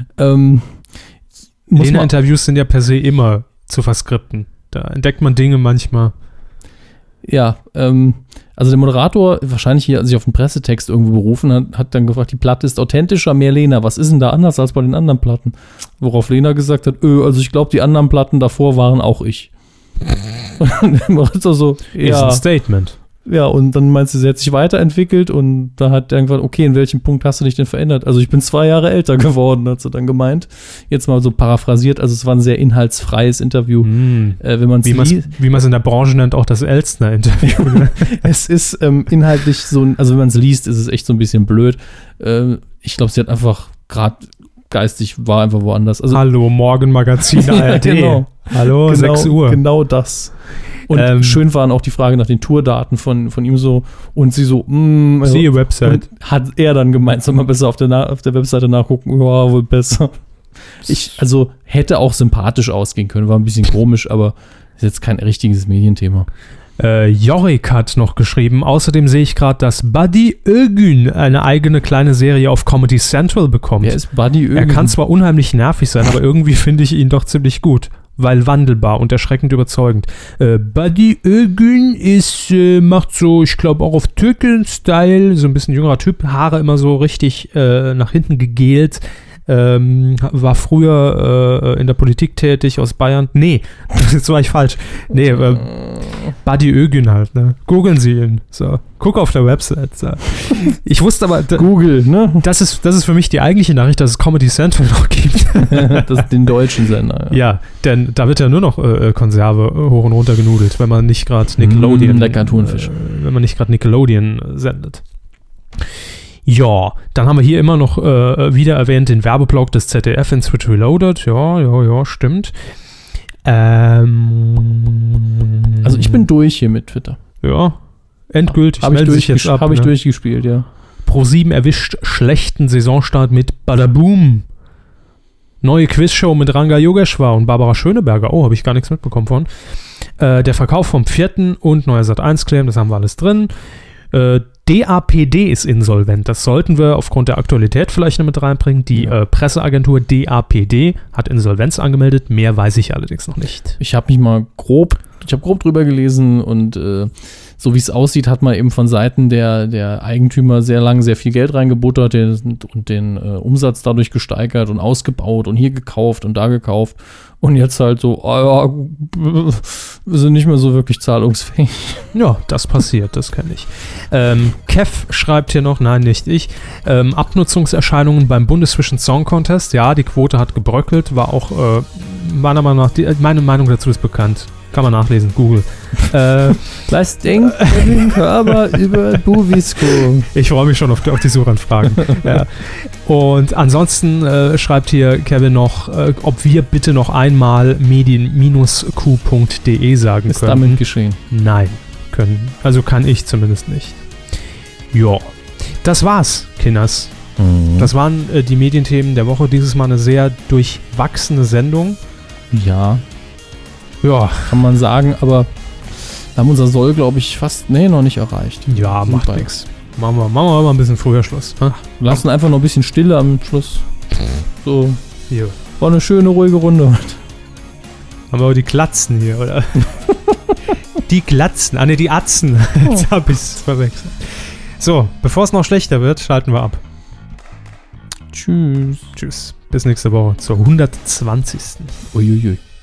Lena-Interviews sind ja per se immer zu verskripten. Da entdeckt man Dinge manchmal. Ja, also der Moderator, wahrscheinlich hier sich auf den Pressetext irgendwo berufen, hat dann gefragt, die Platte ist authentischer, mehr Lena. Was ist denn da anders als bei den anderen Platten? Worauf Lena gesagt hat, also ich glaube, die anderen Platten davor waren auch ich. Und dann war es so, ist ein Statement. Ja, und dann meinst du, sie hat sich weiterentwickelt und da hat irgendwann, okay, in welchem Punkt hast du dich denn verändert? Also ich bin 2 Jahre älter geworden, hat sie dann gemeint. Jetzt mal so paraphrasiert, also es war ein sehr inhaltsfreies Interview. Wenn man's wie man es in der Branche nennt, auch das Elstner-Interview. Es ist inhaltlich so, also wenn man es liest, ist es echt so ein bisschen blöd. Ich glaube, sie hat einfach gerade geistig, war einfach woanders. Also, Hallo, Morgenmagazin ARD. Genau. Hallo, genau, 6 Uhr. Genau das. Und schön waren auch die Frage nach den Tourdaten von ihm so und sie so, siehe Website. Hat er dann gemeint, soll man besser auf der Webseite nachgucken, ja, wohl besser. Also hätte auch sympathisch ausgehen können, war ein bisschen komisch, aber ist jetzt kein richtiges Medienthema. Jorik hat noch geschrieben, außerdem sehe ich gerade, dass Buddy Ögün eine eigene kleine Serie auf Comedy Central bekommt. Wer ist Buddy Ögün? Er kann zwar unheimlich nervig sein, aber irgendwie finde ich ihn doch ziemlich gut. Weil wandelbar und erschreckend überzeugend. Buddy Ögün macht so, ich glaube auch auf Türken-Style, so ein bisschen jüngerer Typ, Haare immer so richtig nach hinten gegelt. War früher in der Politik tätig aus Bayern. Nee, das war ich falsch. Nee, Buddy Ögün halt, ne? Googeln Sie ihn. So, guck auf der Website. So. Ich wusste aber, Google, ne? Das ist für mich die eigentliche Nachricht, dass es Comedy Central noch gibt. Das ist den deutschen Sender. Ja, denn da wird ja nur noch Konserve hoch und runter genudelt, wenn man nicht gerade Nickelodeon lecker Thunfisch. Wenn man nicht gerade Nickelodeon sendet. Ja, dann haben wir hier immer noch wieder erwähnt den Werbeblock des ZDF in Switch Reloaded. Ja, stimmt. Also ich bin durch hier mit Twitter. Ja, endgültig. Habe ich durchgespielt, ja. Pro7 erwischt schlechten Saisonstart mit Badaboom. Neue Quizshow mit Ranga Yogeshwar und Barbara Schöneberger. Oh, habe ich gar nichts mitbekommen von. Der Verkauf vom 4. und neuer Sat.1-Claim, das haben wir alles drin. DAPD ist insolvent. Das sollten wir aufgrund der Aktualität vielleicht noch mit reinbringen. Die Presseagentur DAPD hat Insolvenz angemeldet. Mehr weiß ich allerdings noch nicht. Ich habe grob drüber gelesen und so wie es aussieht, hat man eben von Seiten der Eigentümer sehr lange sehr viel Geld reingebuttert und den Umsatz dadurch gesteigert und ausgebaut und hier gekauft und da gekauft. Und jetzt halt so, wir sind nicht mehr so wirklich zahlungsfähig. Ja, das passiert, das kenne ich. Kev schreibt hier noch, nein, nicht ich, Abnutzungserscheinungen beim Bundesvision Song Contest. Ja, die Quote hat gebröckelt, war auch meiner Meinung nach, meine Meinung dazu ist bekannt. Kann man nachlesen, Google. Was denkt Kevin Körber über Buvisco? Ich freue mich schon auf die Suchanfragen. Ja. Und ansonsten schreibt hier Kevin noch, ob wir bitte noch einmal medien-q.de sagen können. Ist damit geschehen? Nein, also kann ich zumindest nicht. Ja, das war's, Kinders. Das waren die Medienthemen der Woche. Dieses Mal eine sehr durchwachsene Sendung. Ja, kann man sagen, aber wir haben unser Soll, glaube ich, noch nicht erreicht. Ja, macht nichts. Machen wir mal ein bisschen früher Schluss. Ne? Lassen einfach noch ein bisschen Stille am Schluss. So. Hier. War eine schöne, ruhige Runde heute. Haben wir aber die Glatzen hier, oder? Die Glatzen. Die Atzen. Jetzt hab ich's verwechselt. So, bevor es noch schlechter wird, schalten wir ab. Tschüss. Tschüss. Bis nächste Woche zur 120. Uiuiui.